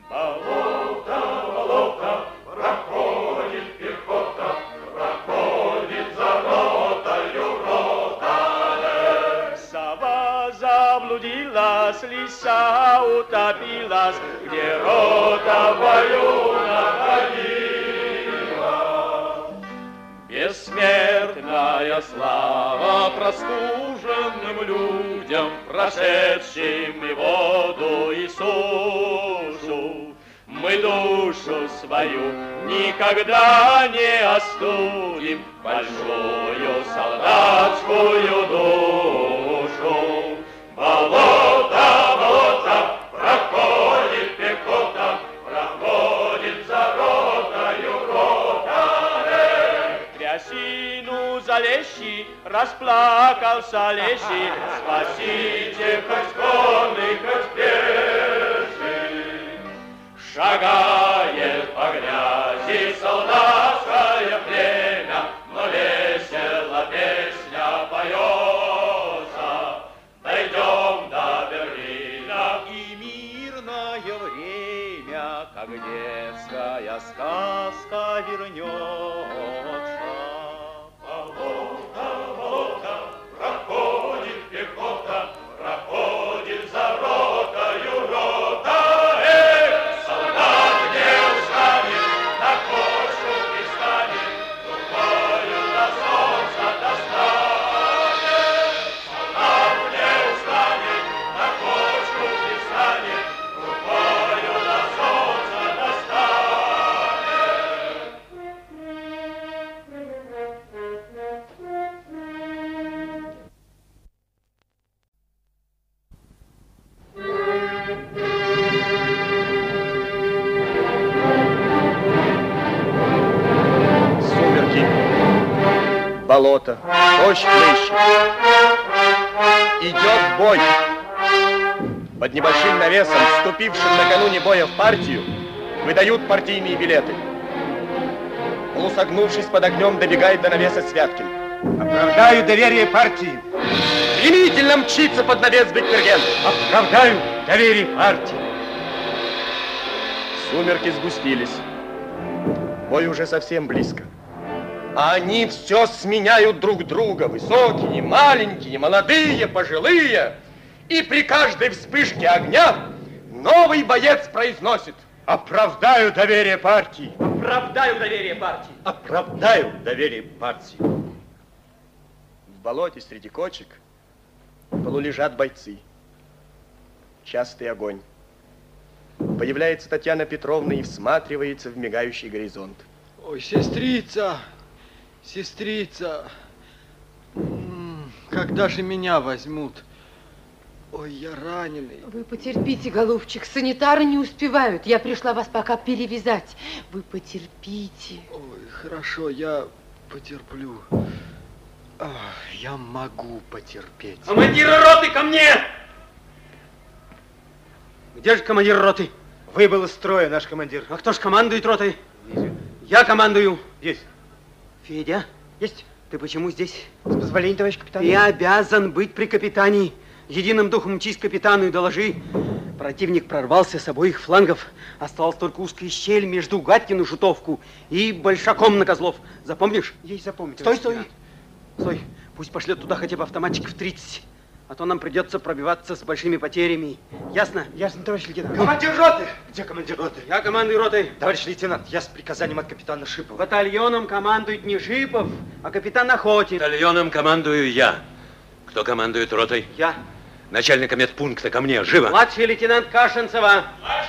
Болото, проходит пехота, проходит за ротою рота. Сова заблудилась, лиса утопилась, где рота в бою находилась. Бессмертная слава простуженным людям, прошедшим и воду, и сушу. Мы душу свою никогда не остудим, большую солдатскую душу. Болото, болото, проходит пехота, проходит за ротою рота. Трясину залещи, расплакался лещи, спасите хоть конный, хоть пеший. Шагает по грязи солдатское племя, но весело песня поется. Дойдем до Берлина, и мирное время, как детская сказка, вернется. Болото, болото, проходит пехота, проходит за ротою рота. Болото, дождь хлещет. Идет бой. Под небольшим навесом, вступившим накануне боя в партию, выдают партийные билеты. Полусогнувшись под огнем, добегает до навеса Святкин. Оправдаю доверие партии. Стремительно мчится под навес Беккерген. Оправдаю доверие партии. Сумерки сгустились. Бой уже совсем близко. А они все сменяют друг друга. Высокие, маленькие, молодые, пожилые. И при каждой вспышке огня новый боец произносит: оправдаю доверие партии. Оправдаю доверие партии. Оправдаю доверие партии. В болоте среди кочек полулежат бойцы. Частый огонь. Появляется Татьяна Петровна и всматривается в мигающий горизонт. Ой, сестрица, сестрица, когда же меня возьмут? Ой, я раненый. Вы потерпите, голубчик, санитары не успевают. Я пришла вас пока перевязать. Вы потерпите. Ой, хорошо, я потерплю. Я могу потерпеть. Командир роты, ко мне! Где же командир роты? Выбыл из строя наш командир. А кто ж командует ротой? Вижу. Я командую. Есть. Федя? Есть. Ты почему здесь? С позволения, товарищ капитан. Ты обязан быть при капитане. Единым духом мчись к капитану и доложи. Противник прорвался с обоих флангов. Осталась только узкая щель между Гатькину шутовку и Большаком на Козлов. Запомнишь? Есть, запомнить. Стой, стой. Стой. Пусть пошлет туда хотя бы автоматчиков 30. А то нам придется пробиваться с большими потерями. Ясно? Ясно, товарищ лейтенант. Командир роты! Где командир роты? Я командую ротой. Товарищ лейтенант, я с приказанием от капитана Шипова. Батальоном командует не Шипов, а капитан Охотин. Батальоном командую я. Кто командует ротой? Я. Начальника медпункта ко мне, живо. Младший лейтенант Кашинцева.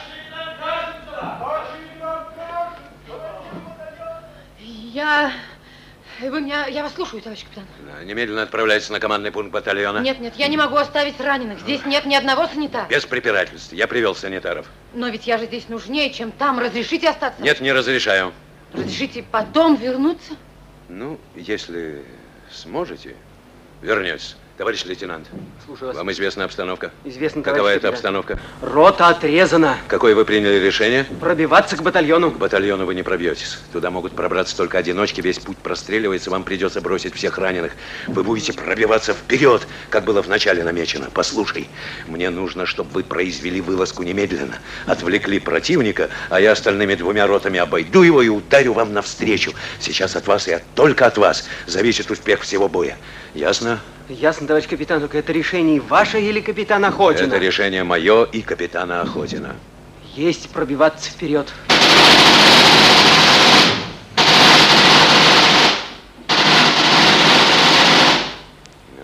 Я вас слушаю, товарищ капитан. Немедленно отправляйся на командный пункт батальона. Нет, я не могу оставить раненых. Здесь нет ни одного санитара. Без препирательств. Я привел санитаров. Но ведь я же здесь нужнее, чем там. Разрешите остаться? Нет, не разрешаю. Разрешите потом вернуться? Ну, если сможете, вернетесь. Товарищ лейтенант, слушаю вас. Вам известна обстановка? Известно, Какова товарищ это капитан. обстановка? Рота отрезана. Какое вы приняли решение? Пробиваться к батальону. К батальону вы не пробьетесь. Туда могут пробраться только одиночки. Весь путь простреливается. Вам придется бросить всех раненых. Вы будете пробиваться вперед, как было вначале намечено. Послушай, мне нужно, чтобы вы произвели вылазку немедленно. Отвлекли противника, а я остальными двумя ротами обойду его и ударю вам навстречу. Сейчас от вас и только от вас зависит успех всего боя. Ясно? Ясно, товарищ капитан, только это решение ваше или капитана Охотина? Это решение мое и капитана Охотина. Есть пробиваться вперед.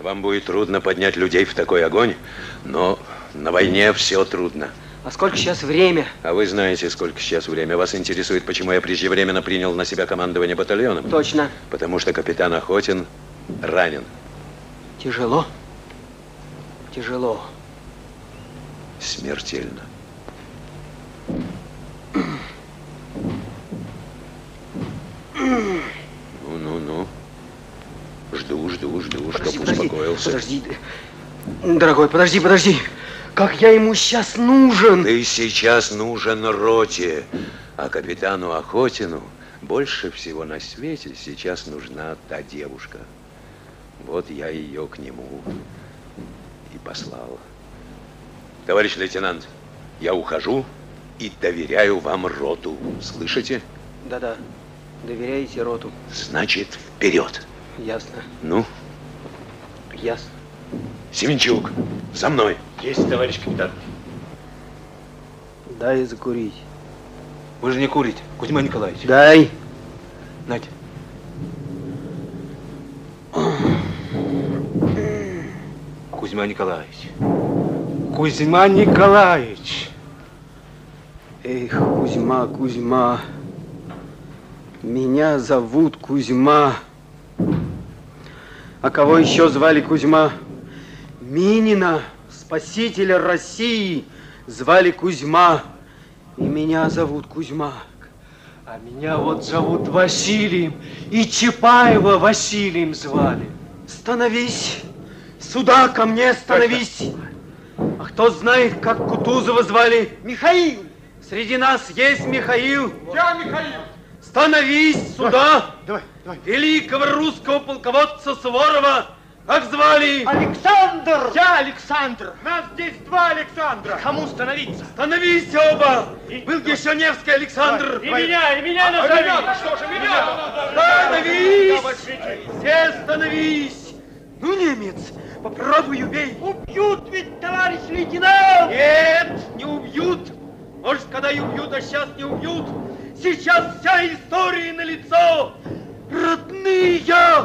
Вам будет трудно поднять людей в такой огонь, но на войне все трудно. А сколько сейчас время? А вы знаете, сколько сейчас время. Вас интересует, почему я преждевременно принял на себя командование батальоном? Точно. Потому что капитан Охотин ранен. Тяжело? Тяжело. Смертельно. Ну. Жду, чтобы успокоился. Подожди. Дорогой, подожди. Как я ему сейчас нужен? Ты сейчас нужен роте, а капитану Охотину больше всего на свете сейчас нужна та девушка. Вот я ее к нему и послал. Товарищ лейтенант, я ухожу и доверяю вам роту. Слышите? Да. Доверяете роту. Значит, вперед. Ясно. Ну? Ясно. Семенчук, за мной. Есть, товарищ капитан. Дай закурить. Вы же не курите, Кузьма Николаевич. Дай. Нате. Кузьма Николаевич. Кузьма Николаевич. Эх, Кузьма. Меня зовут Кузьма. А кого еще звали Кузьма? Минина, спасителя России, звали Кузьма. И меня зовут Кузьма. А меня вот зовут Василием. И Чапаева Василием звали. Становись. Сюда ко мне становись. А кто знает, как Кутузова звали? Михаил. Среди нас есть Михаил. Я Михаил. Становись сюда. Давай. Великого русского полководца Суворова. Как звали? Александр. Я Александр. Нас здесь два Александра. Кому становиться? Становись оба. Был еще Невский Александр. И меня назови. Что же меня? Становись. Все становись. Ну, немец, попробуй убей. Убьют ведь, товарищ лейтенант. Нет, не убьют. Может, когда и убьют, а сейчас не убьют. Сейчас вся история налицо. Родные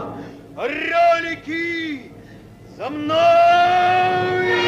орелики, за мной!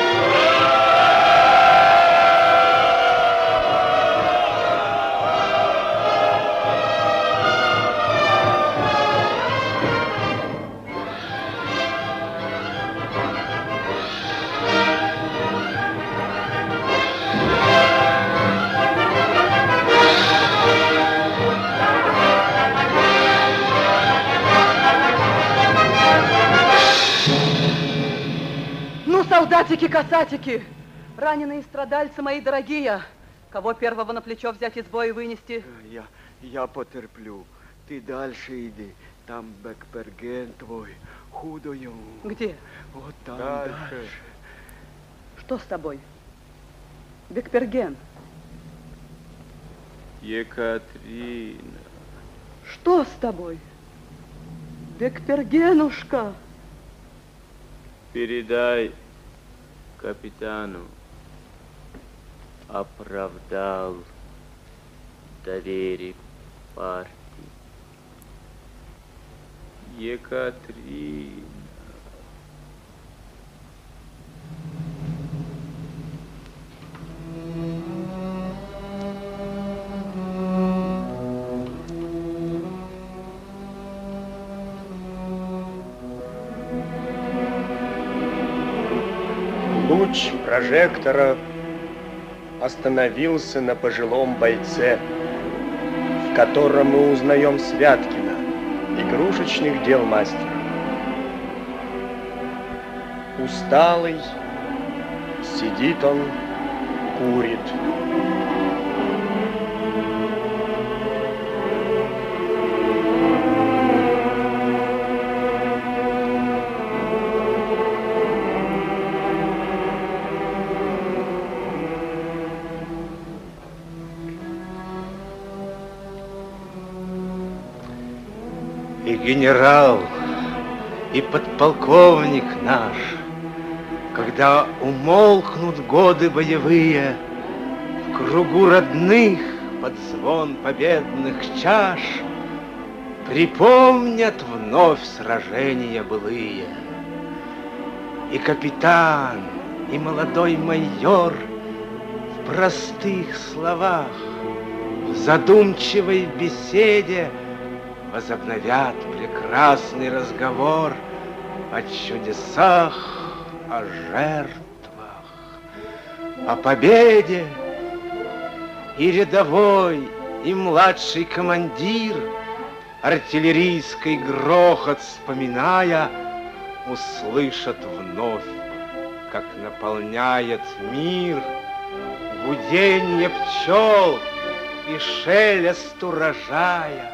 Солдатики-касатики, раненые страдальцы мои дорогие, кого первого на плечо взять из боя вынести? Я потерплю. Ты дальше иди. Там Бекперген твой, худою. Где? Вот там дальше. Что с тобой? Бекперген. Екатерина. Что с тобой? Бекпергенушка. Передай капитану, оправдал доверие партии. Екатерина. Луч прожектора остановился на пожилом бойце, в котором мы узнаем Святкина, игрушечных дел мастера. Усталый, сидит он, курит. И генерал, и подполковник наш, когда умолкнут годы боевые, в кругу родных под звон победных чаш припомнят вновь сражения былые. И капитан, и молодой майор в простых словах, в задумчивой беседе возобновят прекрасный разговор о чудесах, о жертвах, о победе. И рядовой, и младший командир, артиллерийский грохот вспоминая, услышат вновь, как наполняет мир гуденье пчел и шелест урожая.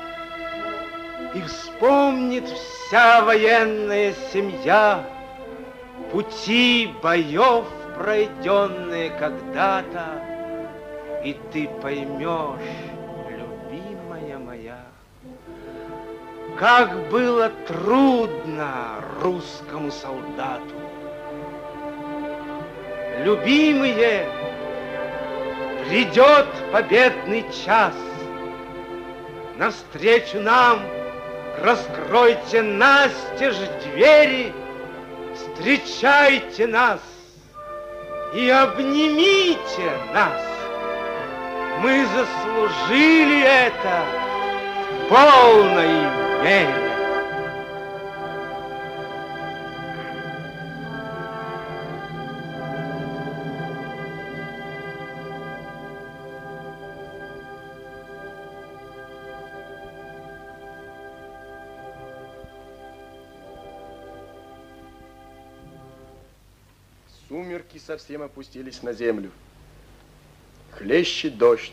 И вспомнит вся военная семья пути боев, пройденные когда-то, и ты поймешь, любимая моя, как было трудно русскому солдату. Любимые, придет победный час. Навстречу нам раскройте настежь двери, встречайте нас и обнимите нас. Мы заслужили это в полной мере. Сумерки совсем опустились на землю. Хлещет дождь.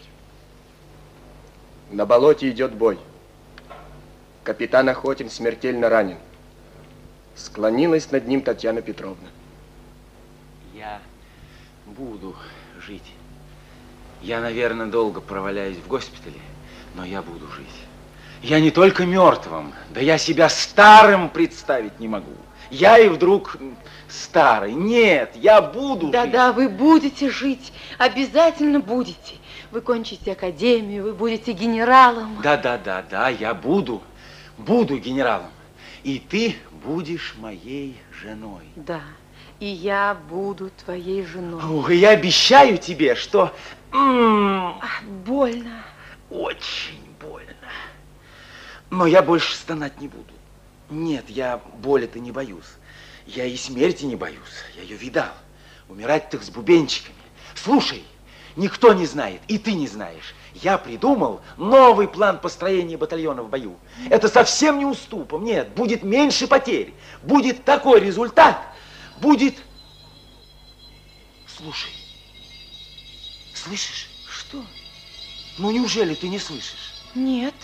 На болоте идет бой. Капитан Охотин смертельно ранен. Склонилась над ним Татьяна Петровна. Я буду жить. Я, наверное, долго проваляюсь в госпитале, но я буду жить. Я не только мертвым, да я себя старым представить не могу. Я и вдруг старый. Нет, я буду жить. Да-да, вы будете жить, обязательно будете. Вы кончите академию, вы будете генералом. Да, я буду генералом. И ты будешь моей женой. Да, и я буду твоей женой. Ох, я обещаю тебе, что... Больно. Очень больно. Но я больше стонать не буду. Нет, я боли-то не боюсь. Я и смерти не боюсь. Я ее видал. Умирать-то с бубенчиками. Слушай, никто не знает, и ты не знаешь. Я придумал новый план построения батальона в бою. Это совсем не уступом. Нет, будет меньше потерь. Будет такой результат. Будет... Слушай. Слышишь? Что? Ну, неужели ты не слышишь? Нет.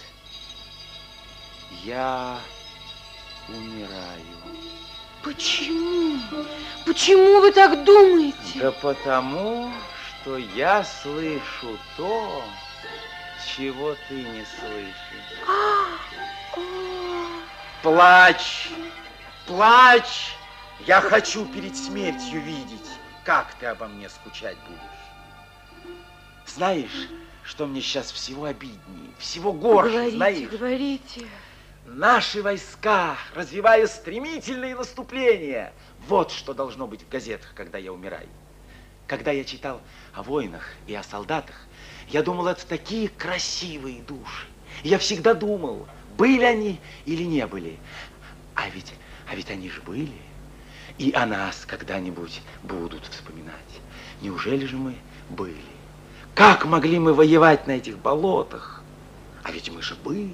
Я умираю. Почему? Почему вы так думаете? Да потому, что я слышу то, чего ты не слышишь. Плачь, плачь. Я хочу перед смертью видеть, как ты обо мне скучать будешь. Знаешь, что мне сейчас всего обиднее, всего горше, говорите, знаешь? Говорите. Наши войска, развивая стремительные наступления. Вот что должно быть в газетах, когда я умираю. Когда я читал о войнах и о солдатах, я думал, это такие красивые души. Я всегда думал, были они или не были. А ведь они же были. И о нас когда-нибудь будут вспоминать. Неужели же мы были? Как могли мы воевать на этих болотах? А ведь мы же были.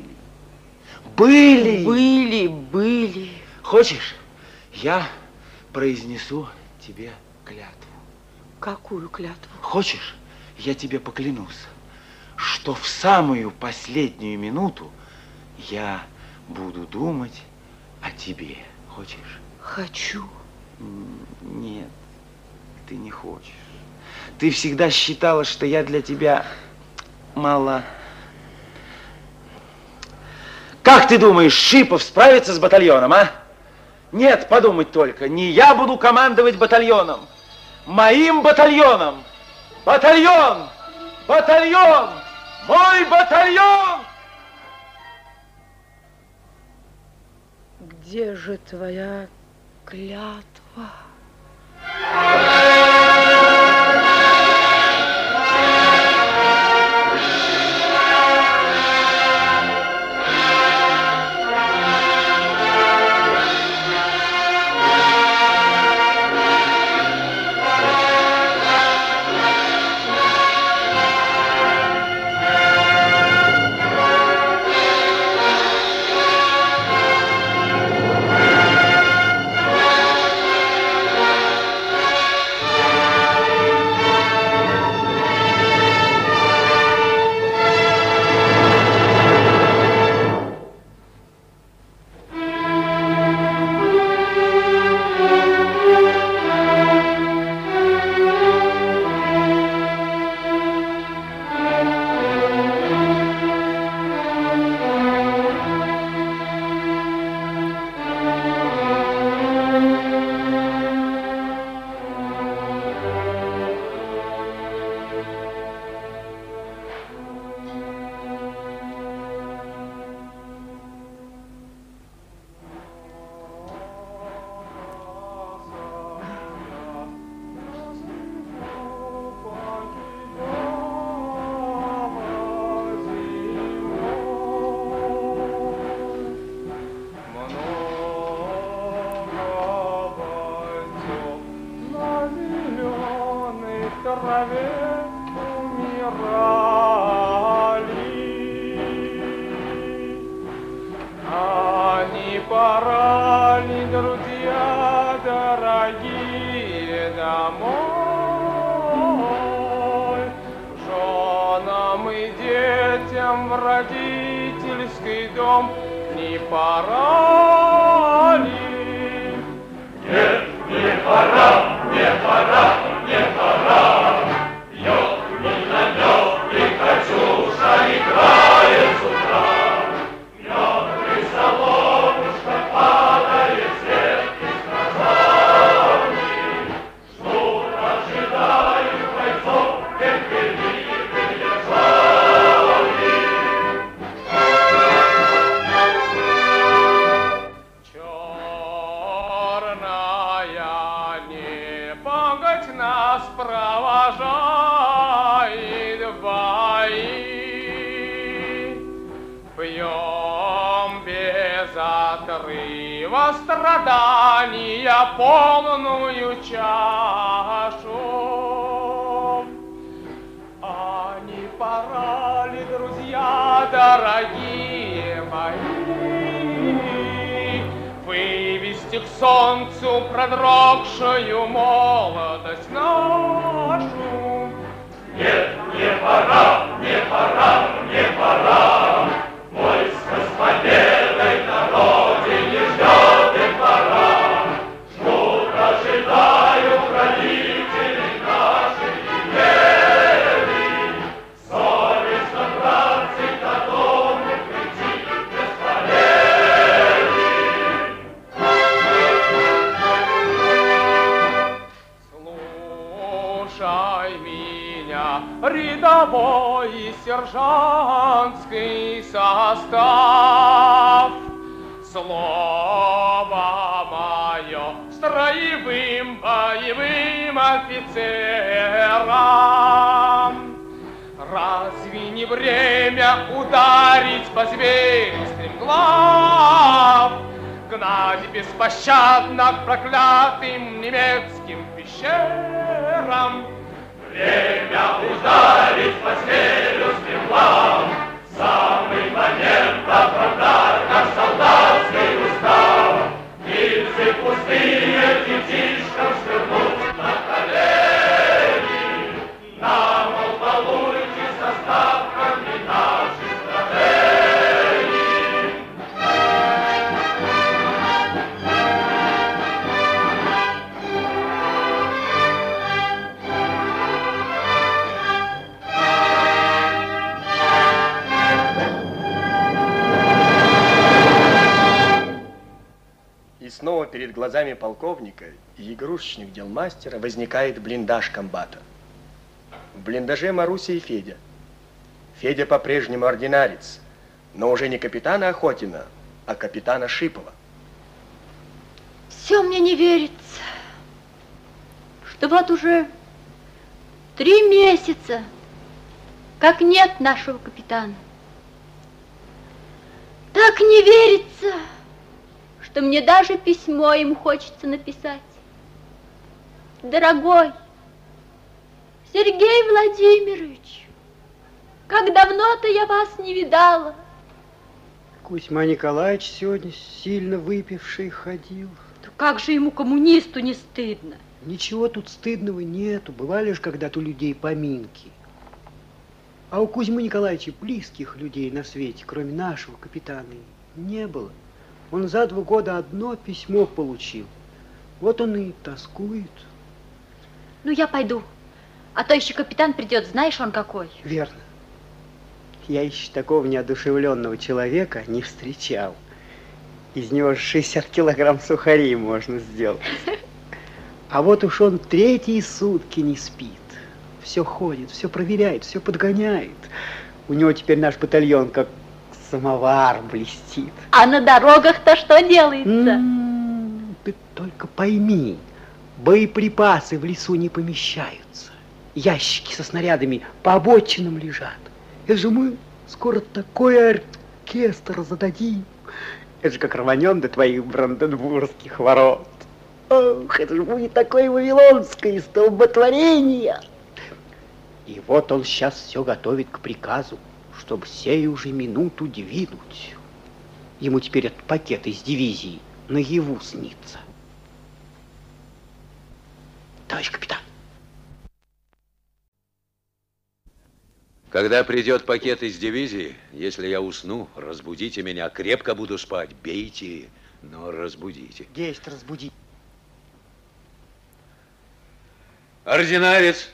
Были. Хочешь, я произнесу тебе клятву. Какую клятву? Хочешь, я тебе поклянусь, что в самую последнюю минуту я буду думать о тебе. Хочешь? Хочу. Нет, ты не хочешь. Ты всегда считала, что я для тебя мало... Как ты думаешь, Шипов справится с батальоном, а? Нет, подумать только, не я буду командовать батальоном, моим батальоном. Батальон! Батальон! Мой батальон! Где же твоя Клятва. Страдания полную чашу. А не пора ли, друзья дорогие мои, вывести к солнцу продрогшую молодость нашу? Нет, не пора, не пора, не пора. Войско с победой на родине ждет и пора. Ждут, ожидают родители наши имели. Совестно, братцы, до дому прийти без болезни. Слушай меня, рядовой и сержантский состав. Слово мое строевым боевым офицерам. Разве не время ударить по зверю стремглав, гнать беспощадно к проклятым немецким пещерам? Время ударить по зверю стремглав, самый момент оправдать наш солдатский устав. Гильзы пустые детишкам свернуть на колени. Нам, мол, балуйте составками наших стратегий. И снова перед глазами полковника и игрушечных дел мастера возникает блиндаж комбата. В блиндаже Маруся и Федя. Федя по-прежнему ординарец, но уже не капитана Охотина, а капитана Шипова. Все мне не верится, что вот уже 3 месяца, как нет нашего капитана. Так не верится, что мне даже письмо ему хочется написать. Дорогой Сергей Владимирович, как давно-то я вас не видала. Кузьма Николаевич сегодня сильно выпивший ходил. Да как же ему, коммунисту, не стыдно? Ничего тут стыдного нету. Бывали же когда-то у людей поминки. А у Кузьмы Николаевича близких людей на свете, кроме нашего капитана, не было. Он за 2 года одно письмо получил. Вот он и тоскует. Ну, я пойду. А то еще капитан придет, знаешь, он какой. Верно. Я еще такого неодушевленного человека не встречал. Из него 60 килограмм сухарей можно сделать. А вот уж он 3-е сутки не спит. Все ходит, все проверяет, все подгоняет. У него теперь наш батальон как самовар блестит. А на дорогах-то что делается? Ты только пойми, боеприпасы в лесу не помещаются. Ящики со снарядами по обочинам лежат. Это же мы скоро такой оркестр зададим. Это же как рванем до твоих бранденбургских ворот. Ох, это же будет такое вавилонское столботворение. И вот он сейчас все готовит к приказу, чтобы сею же минуту двинуть. Ему теперь этот пакет из дивизии наяву снится. Товарищ капитан. Когда придет пакет из дивизии, если я усну, разбудите меня. Крепко буду спать, бейте, но разбудите. Есть разбуди. Ординарец.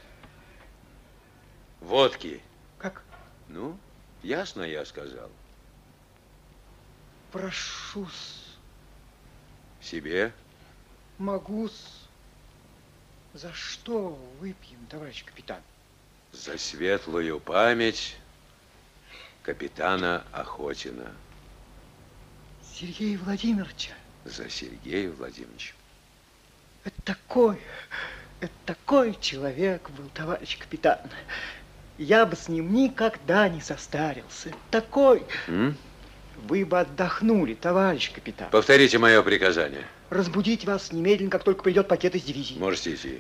Водки. Как? Ну, ясно я сказал. Прошу-с. Себе? Могу-с. За что выпьем, товарищ капитан? За светлую память капитана Охотина. Сергея Владимировича. За Сергея Владимировича. Это такой человек был, товарищ капитан. Я бы с ним никогда не состарился. Такой. Вы бы отдохнули, товарищ капитан. Повторите мое приказание. Разбудить вас немедленно, как только придет пакет из дивизии. Можете идти.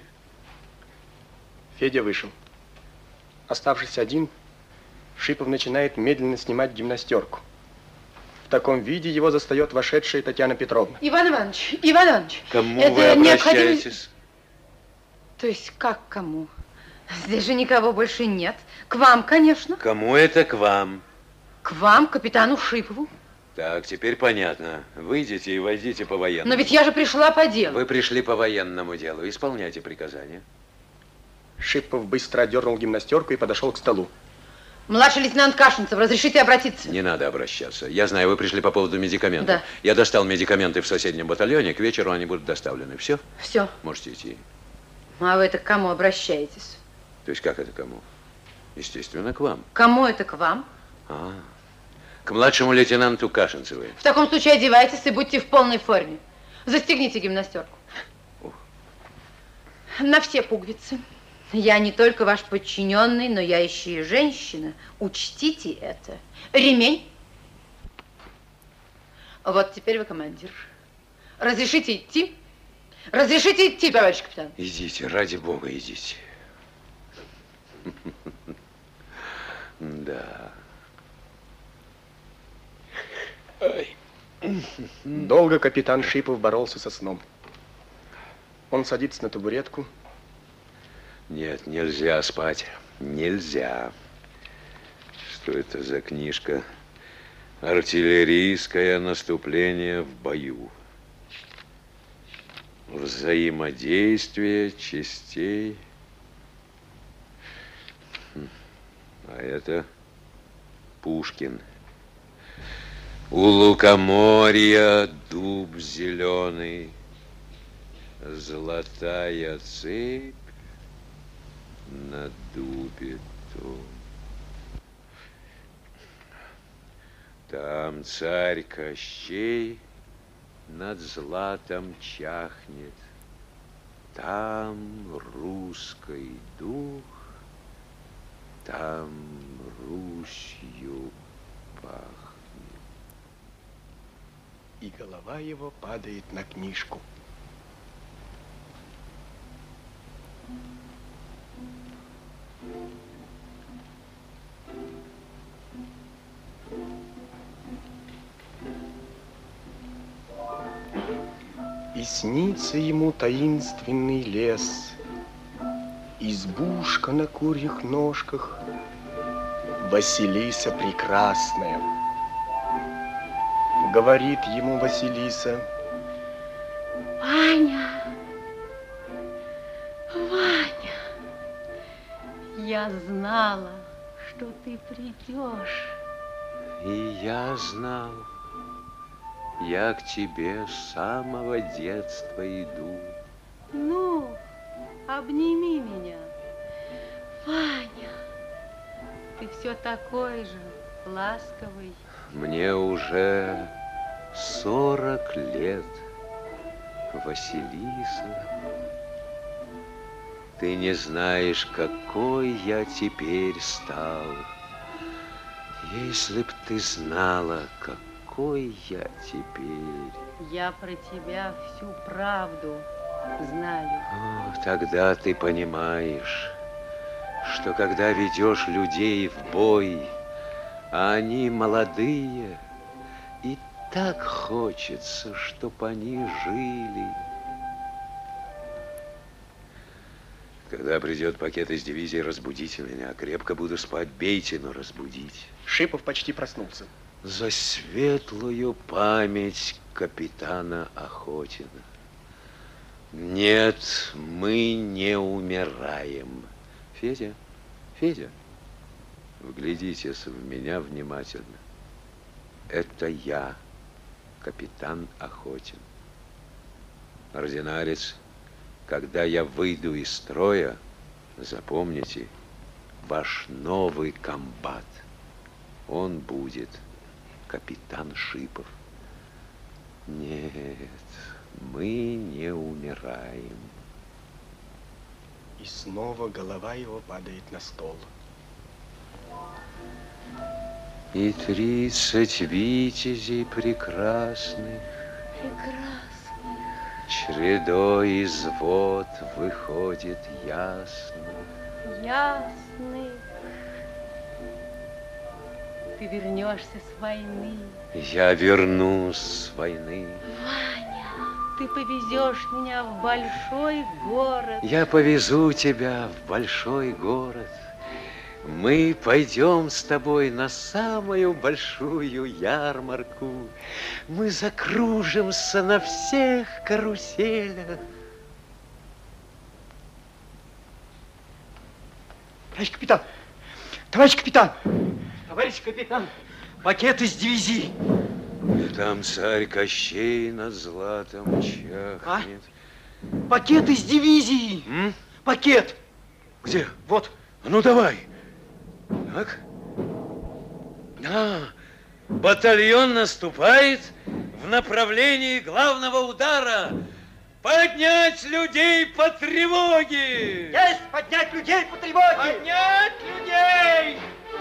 Федя вышел. Оставшись один, Шипов начинает медленно снимать гимнастерку. В таком виде его застает вошедшая Татьяна Петровна. Иван Иванович. Кому это вы обращаетесь? То есть как кому? Здесь же никого больше нет. К вам, конечно. Кому это к вам? К вам, капитану Шипову. Так, теперь понятно. Выйдите и войдите по военному. Но ведь я же пришла по делу. Вы пришли по военному делу. Исполняйте приказания. Шипов быстро одернул гимнастерку и подошел к столу. Младший лейтенант Кашинцев, разрешите обратиться? Не надо обращаться. Я знаю, вы пришли по поводу медикаментов. Да. Я достал медикаменты в соседнем батальоне. К вечеру они будут доставлены. Все? Все. Можете идти. А вы это к кому обращаетесь? То есть как это кому? Естественно, к вам. Кому это к вам? К младшему лейтенанту Кашинцевой. В таком случае одевайтесь и будьте в полной форме. Застегните гимнастерку. На все пуговицы. Я не только ваш подчиненный, но я еще и женщина. Учтите это. Ремень. Вот теперь вы командир. Разрешите идти? Разрешите идти, товарищ капитан? Идите, ради бога, идите. Да. Долго капитан Шипов боролся со сном. Он садится на табуретку. Нет, нельзя спать. Нельзя. Что это за книжка? Артиллерийское наступление в бою. Взаимодействие частей. А это Пушкин. У лукоморья дуб зеленый, золотая цепь на дубе том. Там царь Кощей над златом чахнет. Там русский дух, там Русью пахнет. И голова его падает на книжку. И снится ему таинственный лес, избушка на курьих ножках, Василиса прекрасная. Говорит ему Василиса: Ваня, Ваня, я знала, что ты придешь. И я знал. Я к тебе с самого детства иду. Ну, обними меня. Ваня, ты все такой же ласковый. Мне уже 40 лет, Василиса. Ты не знаешь, какой я теперь стал. Если б ты знала, какой я теперь. Я про тебя всю правду знаю. О, тогда ты понимаешь, что когда ведешь людей в бой, а они молодые, и так хочется, чтоб они жили. Когда придет пакет из дивизии, разбудите меня. Крепко буду спать, бейте, но разбудите. Шипов почти проснулся. За светлую память капитана Охотина. Нет, мы не умираем. Федя, Федя, вглядитесь в меня внимательно. Это я, капитан Охотин. Ординарец, когда я выйду из строя, запомните, ваш новый комбат, он будет капитан Шипов. Нет, мы не умираем. И снова голова его падает на стол. И 30 витязей прекрасных, чередой из вод выходит ясных. Ясных. Ты вернешься с войны. Я вернусь с войны. Ваня, ты повезешь меня в большой город. Я повезу тебя в большой город. Мы пойдем с тобой на самую большую ярмарку. Мы закружимся на всех каруселях. Товарищ капитан! Товарищ капитан! Товарищ капитан! Пакет из дивизии! И там царь Кощей над златом чахнет. Пакет из дивизии! Пакет! Где? Вот. Ну, давай. Так. Батальон наступает в направлении главного удара. Поднять людей по тревоге! Есть! Поднять людей по тревоге! Поднять людей!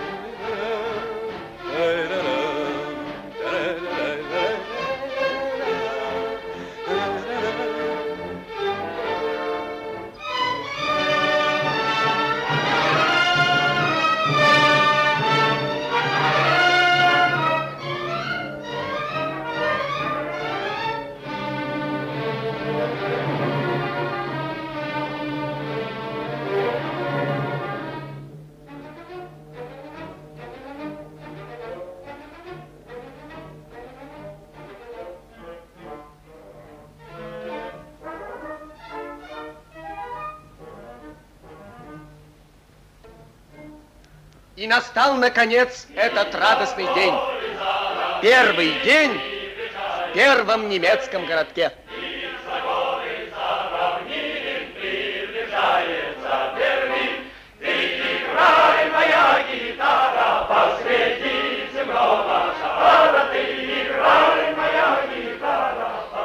И настал, наконец, этот радостный день. Первый день в первом немецком городке. Играй, моя гитара, посреди земного шара. Ты играй, моя гитара,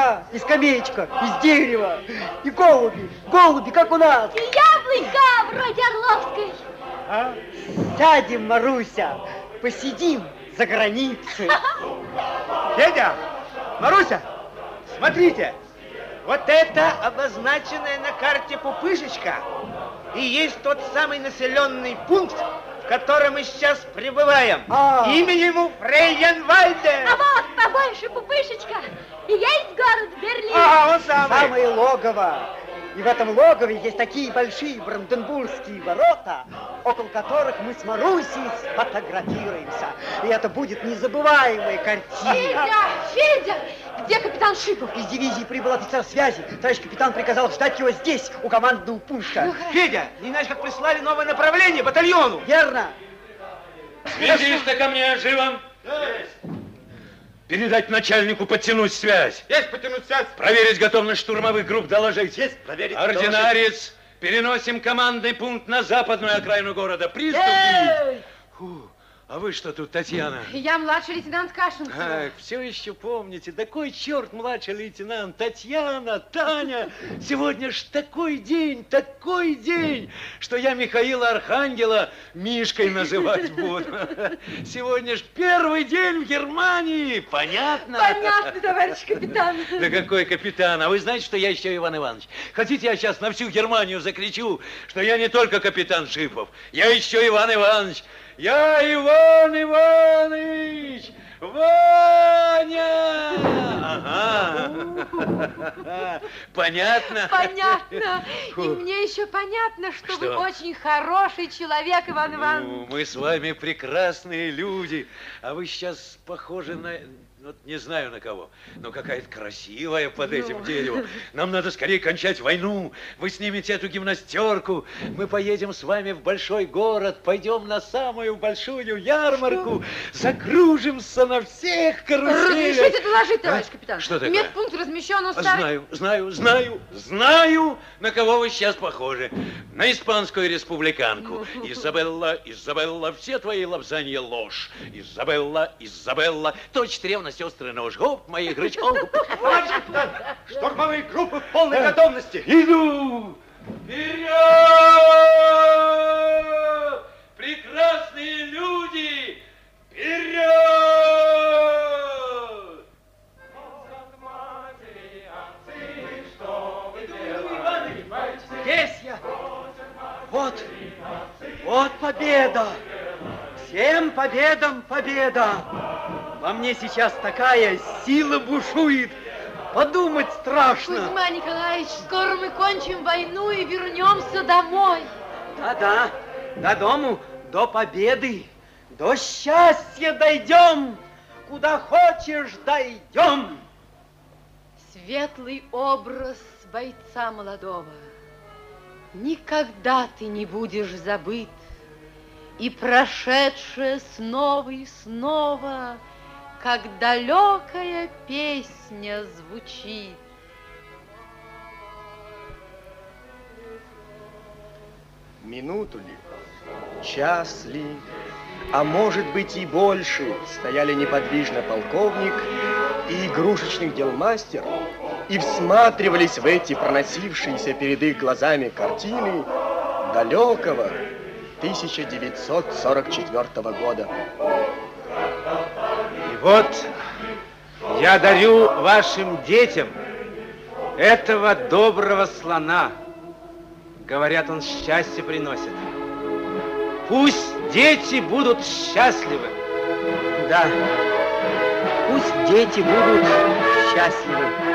Да, и скамеечка из дерева, и голуби, как у нас. И яблонька вроде Орловской. А? Сядем, Маруся, посидим за границей. Федя, Маруся, смотрите, вот это обозначенная на карте пупышечка и есть тот самый населенный пункт, в котором мы сейчас пребываем. Имя ему Фрейенвальде. А вот побольше пупышечка. И есть город Берлин. Он самый. Самое логово. И в этом логове есть такие большие бранденбургские ворота, около которых мы с Марусей сфотографируемся. И это будет незабываемая картина. Федя! Где капитан Шипов? Из дивизии прибыл офицер связи. Товарищ капитан приказал ждать его здесь, у командного пункта. Федя, не иначе как прислали новое направление батальону. Верно. Связиста ко мне, живо! Передать начальнику, подтянуть связь. Есть, подтянуть связь. Проверить готовность штурмовых групп, доложить. Есть, проверить. Ординарец, переносим командный пункт на западную окраину города. Приступить! А вы что тут, Татьяна? Я младший лейтенант Кашинцева. Ах, все еще помните, да кой черт младший лейтенант, Татьяна, Таня. Сегодня ж такой день, что я Михаила Архангела Мишкой называть буду. Сегодня ж первый день в Германии, понятно? Понятно, товарищ капитан. Да какой капитан? А вы знаете, что я еще Иван Иванович? Хотите, я сейчас на всю Германию закричу, что я не только капитан Шипов, я еще Иван Иванович. Я Иван Иванович! Ваня! Ага. Понятно? Понятно. И мне еще понятно, что вы очень хороший человек, Иван Иванович. Мы с вами прекрасные люди, а вы сейчас похожи на... Вот не знаю на кого, но какая-то красивая под этим деревом. Нам надо скорее кончать войну. Вы снимете эту гимнастерку. Мы поедем с вами в большой город, пойдем на самую большую ярмарку, закружимся на всех каруселях. Разрешите доложить, товарищ капитан. Что такое? Медпункт размещен у старых... Знаю, на кого вы сейчас похожи. На испанскую республиканку. Изабелла, все твои лапзанья ложь. Изабелла, точь ревность. Сестры нож, гоп моих рычагов. Товарищ капитан, штурмовые группы в полной готовности. Иду! Вперед! Прекрасные люди! Вперед! Здесь я. Вот победа. Всем победам победа. Во мне сейчас такая сила бушует, подумать страшно. Кузьма Николаевич, скоро мы кончим войну и вернемся домой. Да, до дому, до победы, до счастья дойдем, куда хочешь дойдем. Светлый образ бойца молодого. Никогда ты не будешь забыт, и прошедшее снова и снова, как далекая песня звучит. Минуту ли, час ли, а может быть и больше, стояли неподвижно полковник и игрушечных дел мастер и всматривались в эти проносившиеся перед их глазами картины далекого 1944 года. И вот я дарю вашим детям этого доброго слона. Говорят, он счастье приносит. Пусть дети будут счастливы. Да, пусть дети будут счастливы.